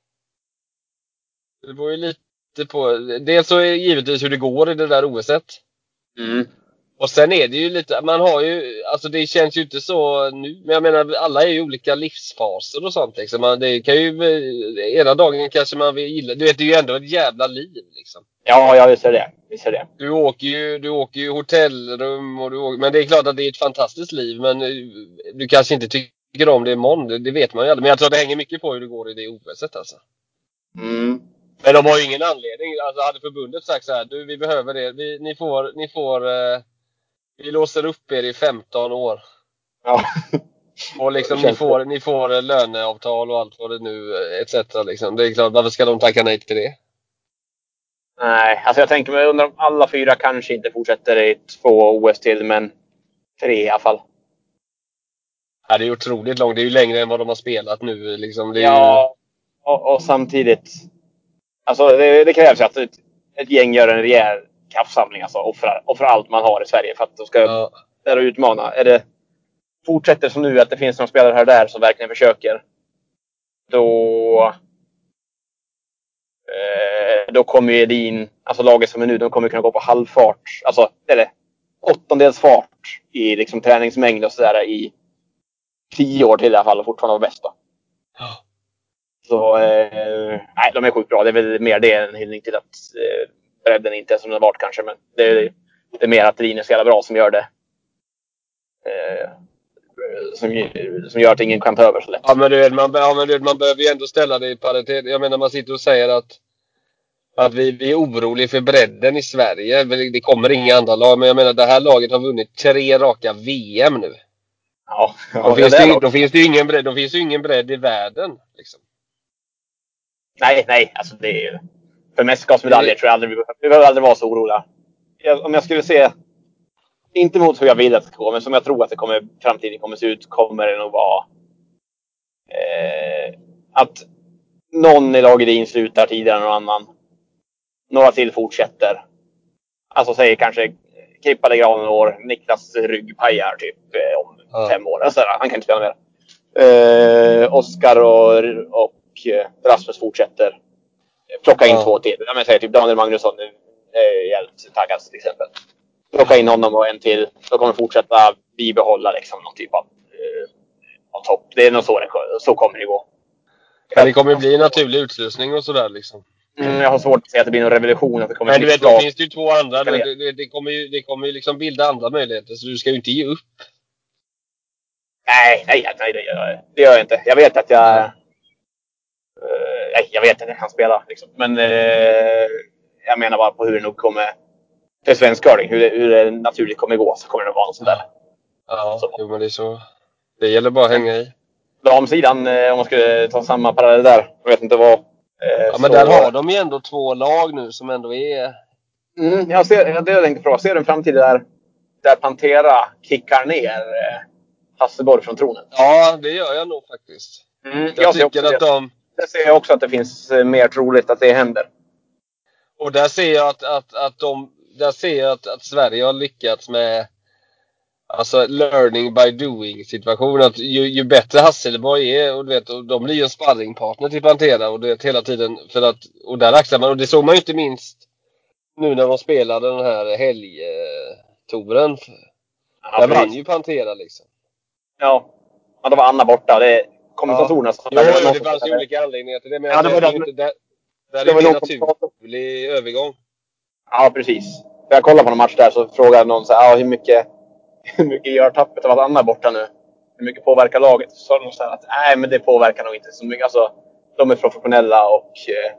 Det var ju lite på... Dels så är det givetvis hur det går i det där O S-et. Mm. Och sen är det ju lite... Man har ju... Alltså det känns ju inte så nu. Men jag menar, alla är ju olika livsfaser och sånt liksom. Man, det kan ju... Ena dagen kanske man vill gilla... Du vet, det är ju ändå ett jävla liv liksom. Ja, jag visste det. Visste det. Du åker ju, du åker ju hotellrum och du åker, men det är klart att det är ett fantastiskt liv, men du kanske inte tycker om det imorgon, det, det vet man ju aldrig. Men jag tror att det hänger mycket på hur det går i det O S-et alltså. Mm. Men de har ju ingen anledning, alltså hade förbundet sagt så här, du vi behöver det, vi, ni får, ni får, eh, vi låser upp er i femton år. Ja. Och liksom ni får, ni får löneavtal och allt vad det nu, et cetera liksom. Det är klart, varför ska de tacka nej till det? Nej, alltså jag tänker mig undrar om alla fyra kanske inte fortsätter i två O S till, men tre i alla fall. Ja, det är otroligt långt. Det är ju längre än vad de har spelat nu. Liksom. Det är ja, ju... och, och samtidigt... Alltså det, det krävs ju att ett, ett gäng gör en rejäl kraftsamling. Alltså offrar, offrar allt man har i Sverige för att de ska ja. där och utmana. Är det fortsätter som nu att det finns några spelare här och där som verkligen försöker. Då... Eh, då kommer ju Edin, alltså laget som är nu, de kommer kunna gå på halvfart. Alltså, eller åttondels fart i liksom träningsmängd och sådär i tio år till i alla fall och fortfarande vara bäst då. Ja. Så, eh, nej, de är sjukt bra. Det är väl mer det än en hyllning till att eh, bredden inte är som den varit kanske. Men det är, det är mer att Edin är så jävla bra som gör det. Eh, som, som gör att ingen kan ta över så lätt. Ja, men du, man, ja, men du, man behöver ju ändå ställa det i paritet. Jag menar, man sitter och säger att att vi, vi är oroliga för bredden i Sverige. Det kommer inga andra lag. Men jag menar, det här laget har vunnit tre raka V M nu. Ja, ja, då, finns det, då finns det ju ingen bredd, då finns det ingen bredd i världen. Liksom. Nej, nej. Alltså det är ju... för mästerskapsmedaljer tror jag aldrig vi, vi behöver aldrig vara så oroliga. Jag, om jag skulle se, inte mot hur jag vill att det ska gå, men som jag tror att det kommer, framtiden kommer se ut, kommer det nog vara eh, att någon i laget slutar tidigare än någon annan. Några till fortsätter. Alltså säger kanske Krippa lägger av en år, Niklas rygg pajar typ eh, om ja. fem år. Alltså, han kan inte spela mer. Eh, Oskar och, och eh, Rasmus fortsätter. Plocka in ja. två till. Jag säger typ Daniel Magnusson är jävligt taggad till exempel. Plocka in honom och en till. Då kommer fortsätta bibehålla liksom någon typ av, eh, av topp. Det är nog så det, så kommer det gå. Ja, det kommer bli en naturlig utslussning och sådär liksom. Mm, jag har svårt att säga att det blir någon revolution. Att det kommer men du vet, då finns det ju två andra. Det, det, det kommer ju, det kommer ju liksom bilda andra möjligheter. Så du ska ju inte ge upp. Nej, nej, nej det, gör jag, det gör jag inte. Jag vet att jag... Uh, nej, jag vet att jag kan spela. Liksom. Men uh, jag menar bara på hur det nog kommer... För svensk curling, hur det, hur det naturligt kommer gå. Så kommer det vara något sånt där. Ja, så. Jo, men det är så... Det gäller bara att hänga i. Damsidan, uh, om man skulle ta samma parallell där. Jag vet inte vad... Ja, men så... där har de ju ändå två lag nu som ändå är... Mm, jag ser, det jag tänkte fråga. Ser du en framtid där, där Pantera kickar ner eh, Hasselborg från tronen? Ja, det gör jag nog faktiskt. Mm, jag, jag tycker att det. de... Det ser jag också att det finns eh, mer troligt att det händer. Och där ser jag att, att, att, de, där ser jag att, att Sverige har lyckats med alltså learning by doing situation. Att ju, ju bättre Hasselborg är, och du vet, och de blir ju en sparringpartner till Pantera och det hela tiden för att, och där axlar man, och det såg man ju inte minst nu när de spelade den här helgtouren. Ja, där vann ju Pantera liksom. Ja, men då var Anna borta. Det är kommentatorerna. Ja. Jo, det, det fanns ju olika anledningar till det, men ja, det var det, inte, där, där det är det en naturlig övergång. Ja, precis. När jag kollade på en match där så frågade någon så här, ah, hur mycket hur mycket gör tappet av att Anna är borta nu? Hur mycket påverkar laget? Så sa de så här att nej, men det påverkar nog inte så mycket. Alltså, de är professionella och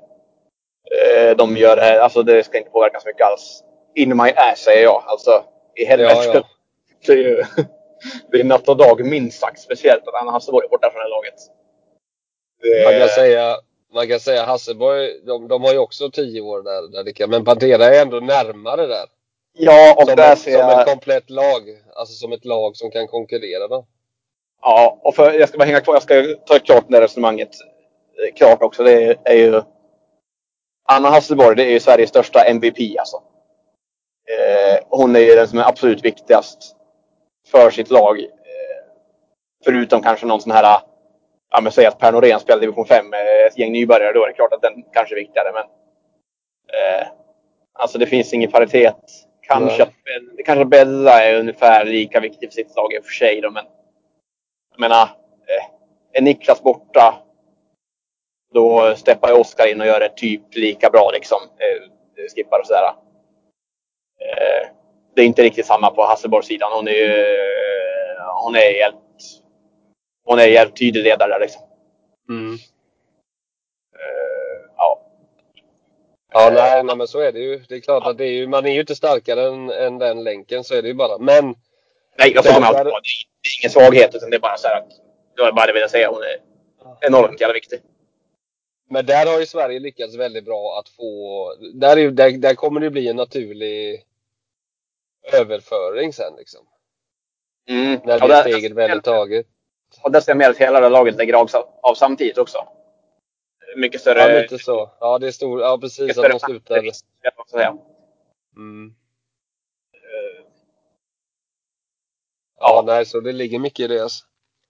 eh, de gör det här. Alltså, det ska inte påverka så mycket alls. In my ass, säger jag. Alltså, i helvete. Ja, ja. Det är ju det är natt och dag minst sagt. Speciellt att Anna Hasselborg är borta från det här laget. Det... Man kan säga, man kan säga Hasselborg, de, de har ju också tio år där, där det kan, men Pantera är ändå närmare där. Ja, och som, där ett, ser som jag... ett komplett lag. Alltså som ett lag som kan konkurrera då. Ja, och för, jag ska bara hänga kvar. Jag ska ta klart det resonemanget. Klart också. Det är, är ju... Anna Hasselborg, det är ju Sveriges största M V P alltså. Eh, hon är ju den som är absolut viktigast för sitt lag. Eh, förutom kanske någon sån här... Ja, men säg att Per Norén spelar division fem med ett gäng nybörjare. Då är det klart att den kanske är viktigare. Men... Eh, alltså det finns ingen paritet. Kanske att, kanske Bella är ungefär lika viktig för sitt lag i och för sig då, men jag menar, eh, är Niklas borta då steppar Oskar in och gör det typ lika bra liksom, eh, skippar och sådär. Eh, det är inte riktigt samma på Hasselborgs sidan. Hon är ju eh, hon är helt hon är helt tydlig ledare där liksom. Mm. Eh, ja. Ja, nej, nej, men så är det ju. Det är klart att det är ju, man är ju inte starkare än, än den länken, så är det ju bara. Men... Nej, jag får där, det är ingen svaghet, utan det är bara så här att... Det var bara det jag ville säga, hon är enormt jävla viktig. Men där har ju Sverige lyckats väldigt bra att få... Där, är, där, där kommer det bli en naturlig överföring sen liksom. Mm. När det ja, steget väl är taget. Och där ser jag med att hela det laget lägger av, av samtidigt också. Mycket större... Ja, lite så. Ja, det är stor... Ja, precis. Att de slutar... Mm. Ja, ja, nej, så det ligger mycket i det. Alltså.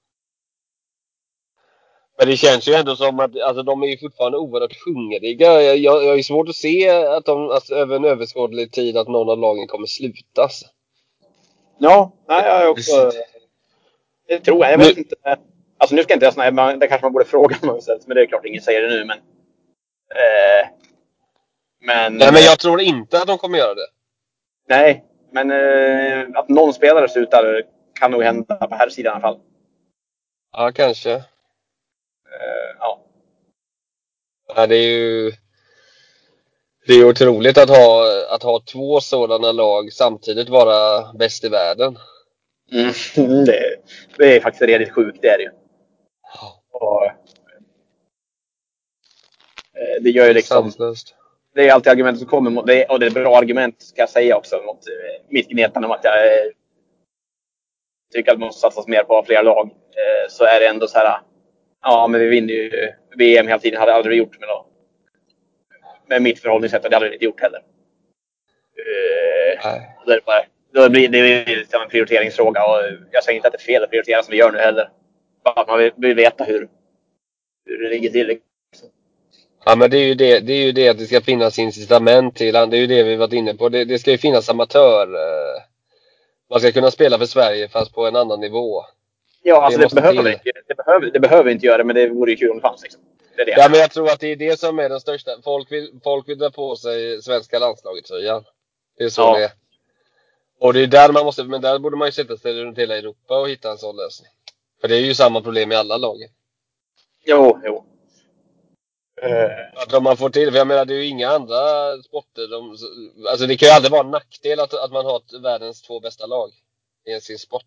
Men det känns ju ändå som att alltså, de är ju fortfarande oerhört hungriga. Jag, jag, jag är svårt att se att de alltså, över en överskådlig tid att någon av lagen kommer slutas. Ja, nej, jag är också... Det tror jag. Jag vet nu... inte. Alltså nu ska inte jag snälla, det kanske man borde fråga någon sätt, men det är klart ingen säger det nu, men... Eh, men... Nej, men jag tror inte att de kommer göra det. Nej, men eh, att någon spelare slutar kan nog hända på här sidan i alla fall. Ja, kanske. Eh, ja. Ja, det är ju... Det är otroligt att ha, att ha två sådana lag samtidigt vara bäst i världen. Mm, det, det är faktiskt redigt sjukt, det är det ju. Och, eh, det gör ju liksom... Sanslöst. det är alltid argument som kommer mot det. Och det är ett bra argument, ska jag säga också, mot eh, mitt gnetande om att jag eh, tycker att man måste satsas mer på flera lag. Eh, så är det ändå så här. Ja, men vi vinner ju V M hela tiden. Hade jag aldrig gjort med, då. med mitt förhållningssätt. Hade jag aldrig gjort heller. Uh, det, är bara, då blir, det är liksom en prioriteringsfråga. Och jag säger inte att det är fel att prioritera som vi gör nu heller. Bara att man vill, vill veta hur, hur det ligger till. Liksom. Ja, men det är ju det, det är ju det att det ska finnas incitament till. Det är ju det vi varit inne på. Det, det ska ju finnas amatör. Man ska kunna spela för Sverige fast på en annan nivå. Ja, alltså det, det, behöver inte, det, behöver, det behöver inte göra, men det vore ju kul om det fanns. Liksom. Det är det. Ja, men jag tror att det är det som är den största. Folk vill, folk vill dra på sig svenska landslaget, så ja. Det är så ja. Det är. Och det är där man måste, men där borde man ju sätta sig runt hela Europa och hitta en sån lösning. För det är ju samma problem i alla lagen. Jo, jo. Uh. Att om man får till, för jag menar det är ju inga andra sporter. De, alltså det kan ju aldrig vara en nackdel att, att man har världens två bästa lag i sin sport.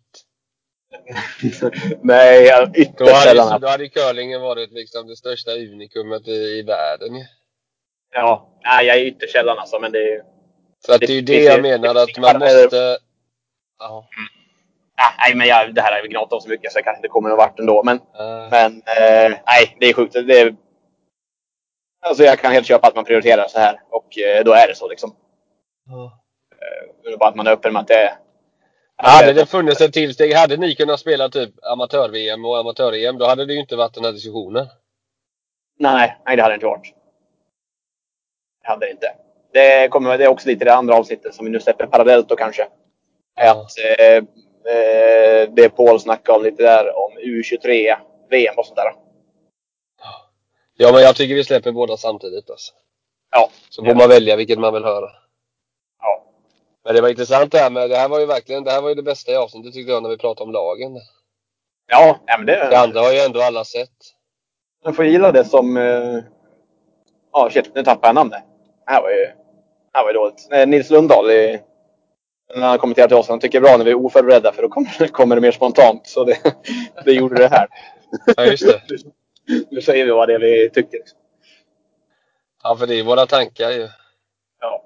Nej, jag ytterst då hade, då hade curlingen varit liksom det största unikumet i, i världen. Ja, nej, jag är ytterst sällan alltså, men det är så att det, det är ju det, det jag menar att man måste. Ja. Nej, men jag, det här har vi gnat om så mycket så jag kanske inte kommer någon vart ändå. Men, uh. men eh, nej, det är sjukt. Det är, alltså jag kan helt köpa att man prioriterar så här. Och eh, då är det så liksom. Uh. Eh, bara att man är öppen med att det är. Hade det funnits ett tillsteg, hade ni kunnat spela typ amatör-V M och amatör-E M, då hade det ju inte varit den här diskussionen. Nej, nej det hade det inte varit. Det hade det inte. Det kommer det är också lite det andra avsnittet som vi nu släpper parallellt då kanske. Ja. Att eh, eh, det Paul snackade om lite där om U tjugotre V M och sånt där. Ja, men jag tycker vi släpper båda samtidigt alltså. Ja. Så får man välja vilket man vill höra. Ja. Men det var intressant det här med, det här var ju verkligen, det här var ju det bästa i avsnittet tyckte jag när vi pratade om lagen. Ja, men det... Det andra har ju ändå alla sett. Man får gilla det som... Ja, oh, shit, nu tappar jag namnet. Det här var ju... Det här var ju dåligt. Nej, Nils Lundahl i... När han kommenterar till oss, han tycker bra när vi är oförberedda för då kommer, kommer det mer spontant. Så det, det gjorde det här. Ja, just det. Nu säger vi vad det är vi tycker. Ja, för det är våra tankar ju. Ja.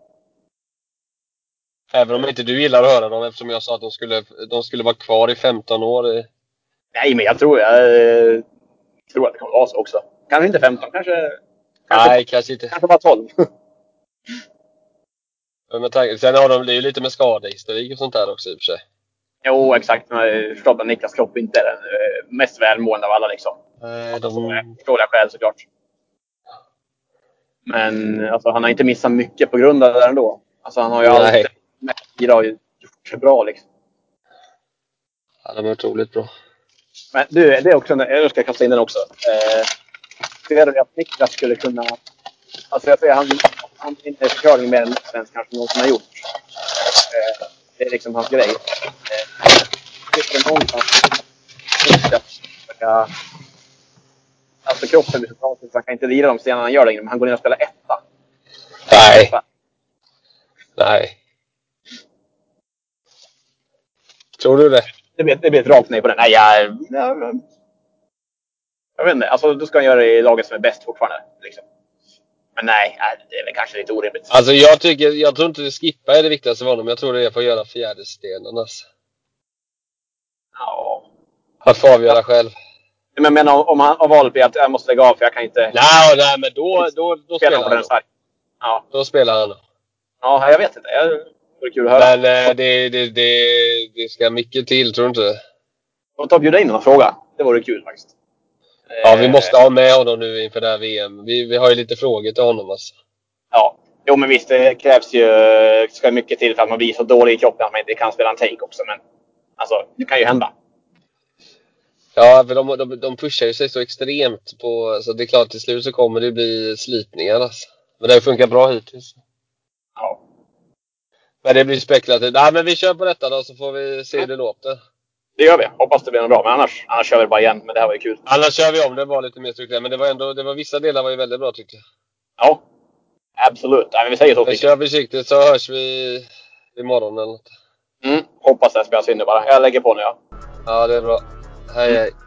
Även om inte du gillar att höra dem eftersom jag sa att de skulle, de skulle vara kvar i femton år. I... Nej, men jag tror, jag, jag tror att det kommer vara så också. Kanske inte femton, kanske... kanske Nej, kanske inte. Kanske bara tolv. Men sen har de det ju lite med skadehistorik och sånt där också i och för sig. Jo, exakt. Jag förstår att Niklas Kropp inte är den mest välmående av alla liksom. Nej, de... Förståeliga skäl såklart. Men alltså, han har inte missat mycket på grund av det där ändå. Alltså han har ju Nej. alltid idag gjort det bra liksom. Ja, de är otroligt bra. Men du, det är också, jag ska kasta in den också. Eh, ser du att Niklas skulle kunna... Alltså jag säger, han, han är inte förklaring mer än svensk kanske någon som har gjort. Eh, det är liksom hans grej. Eh, det är någonstans inte försöka... Alltså kroppen blir så bra så han kan inte lira de stenarna han gör längre, men han går in och spelar etta. Nej. Etta. Nej. Tror du det? Det blir, det blir ett rakt nej på den. Nej, jag... Jag, jag vet inte. Alltså, då ska han göra det i laget som är bäst fortfarande. Liksom. Men nej, det är väl kanske lite orimligt. Alltså jag tycker, jag tror inte det skippa är det viktigaste för honom. Jag tror det är för att göra fjärde stenen. Alltså. Ja. Att få avgöra själv. Men jag menar om han har valet blir att jag måste lägga av för jag kan inte... Nej, nej men då, då, då spelar han. han ja. Då spelar han. Ja, jag vet inte. Jag, det vore kul att höra. Men eh, det, det, det, det ska mycket till, tror du inte? Låt oss bjuda in någon fråga. Det vore kul faktiskt. Ja, vi måste ha med honom nu inför det här V M. Vi, vi har ju lite frågor till honom alltså. Ja, jo men visst det krävs ju ska mycket till för att man blir så dålig i kroppen att man inte kan spela en take också. Men alltså, det kan ju hända. Ja, för de, de, de pushar ju sig så extremt på... Så det är klart till slut så kommer det bli slitningar alltså. Men det har funkar bra hittills. Ja. Men det blir spekulativt. Nej, men vi kör på detta då så får vi se hur det låter. Det gör vi. Hoppas det blir något bra. Men annars, annars kör vi bara igen. Men det här var ju kul. Annars kör vi om. Det var lite mer strukturerat. Men det var ändå... Det var, vissa delar var ju väldigt bra tyckte jag. Ja. Absolut. Nej, men vi säger så. Vi kör försiktigt så hörs vi imorgon eller något. Mm. Hoppas det spelas in nu bara. Jag lägger på nu ja. Ja, det är bra. Hej hej.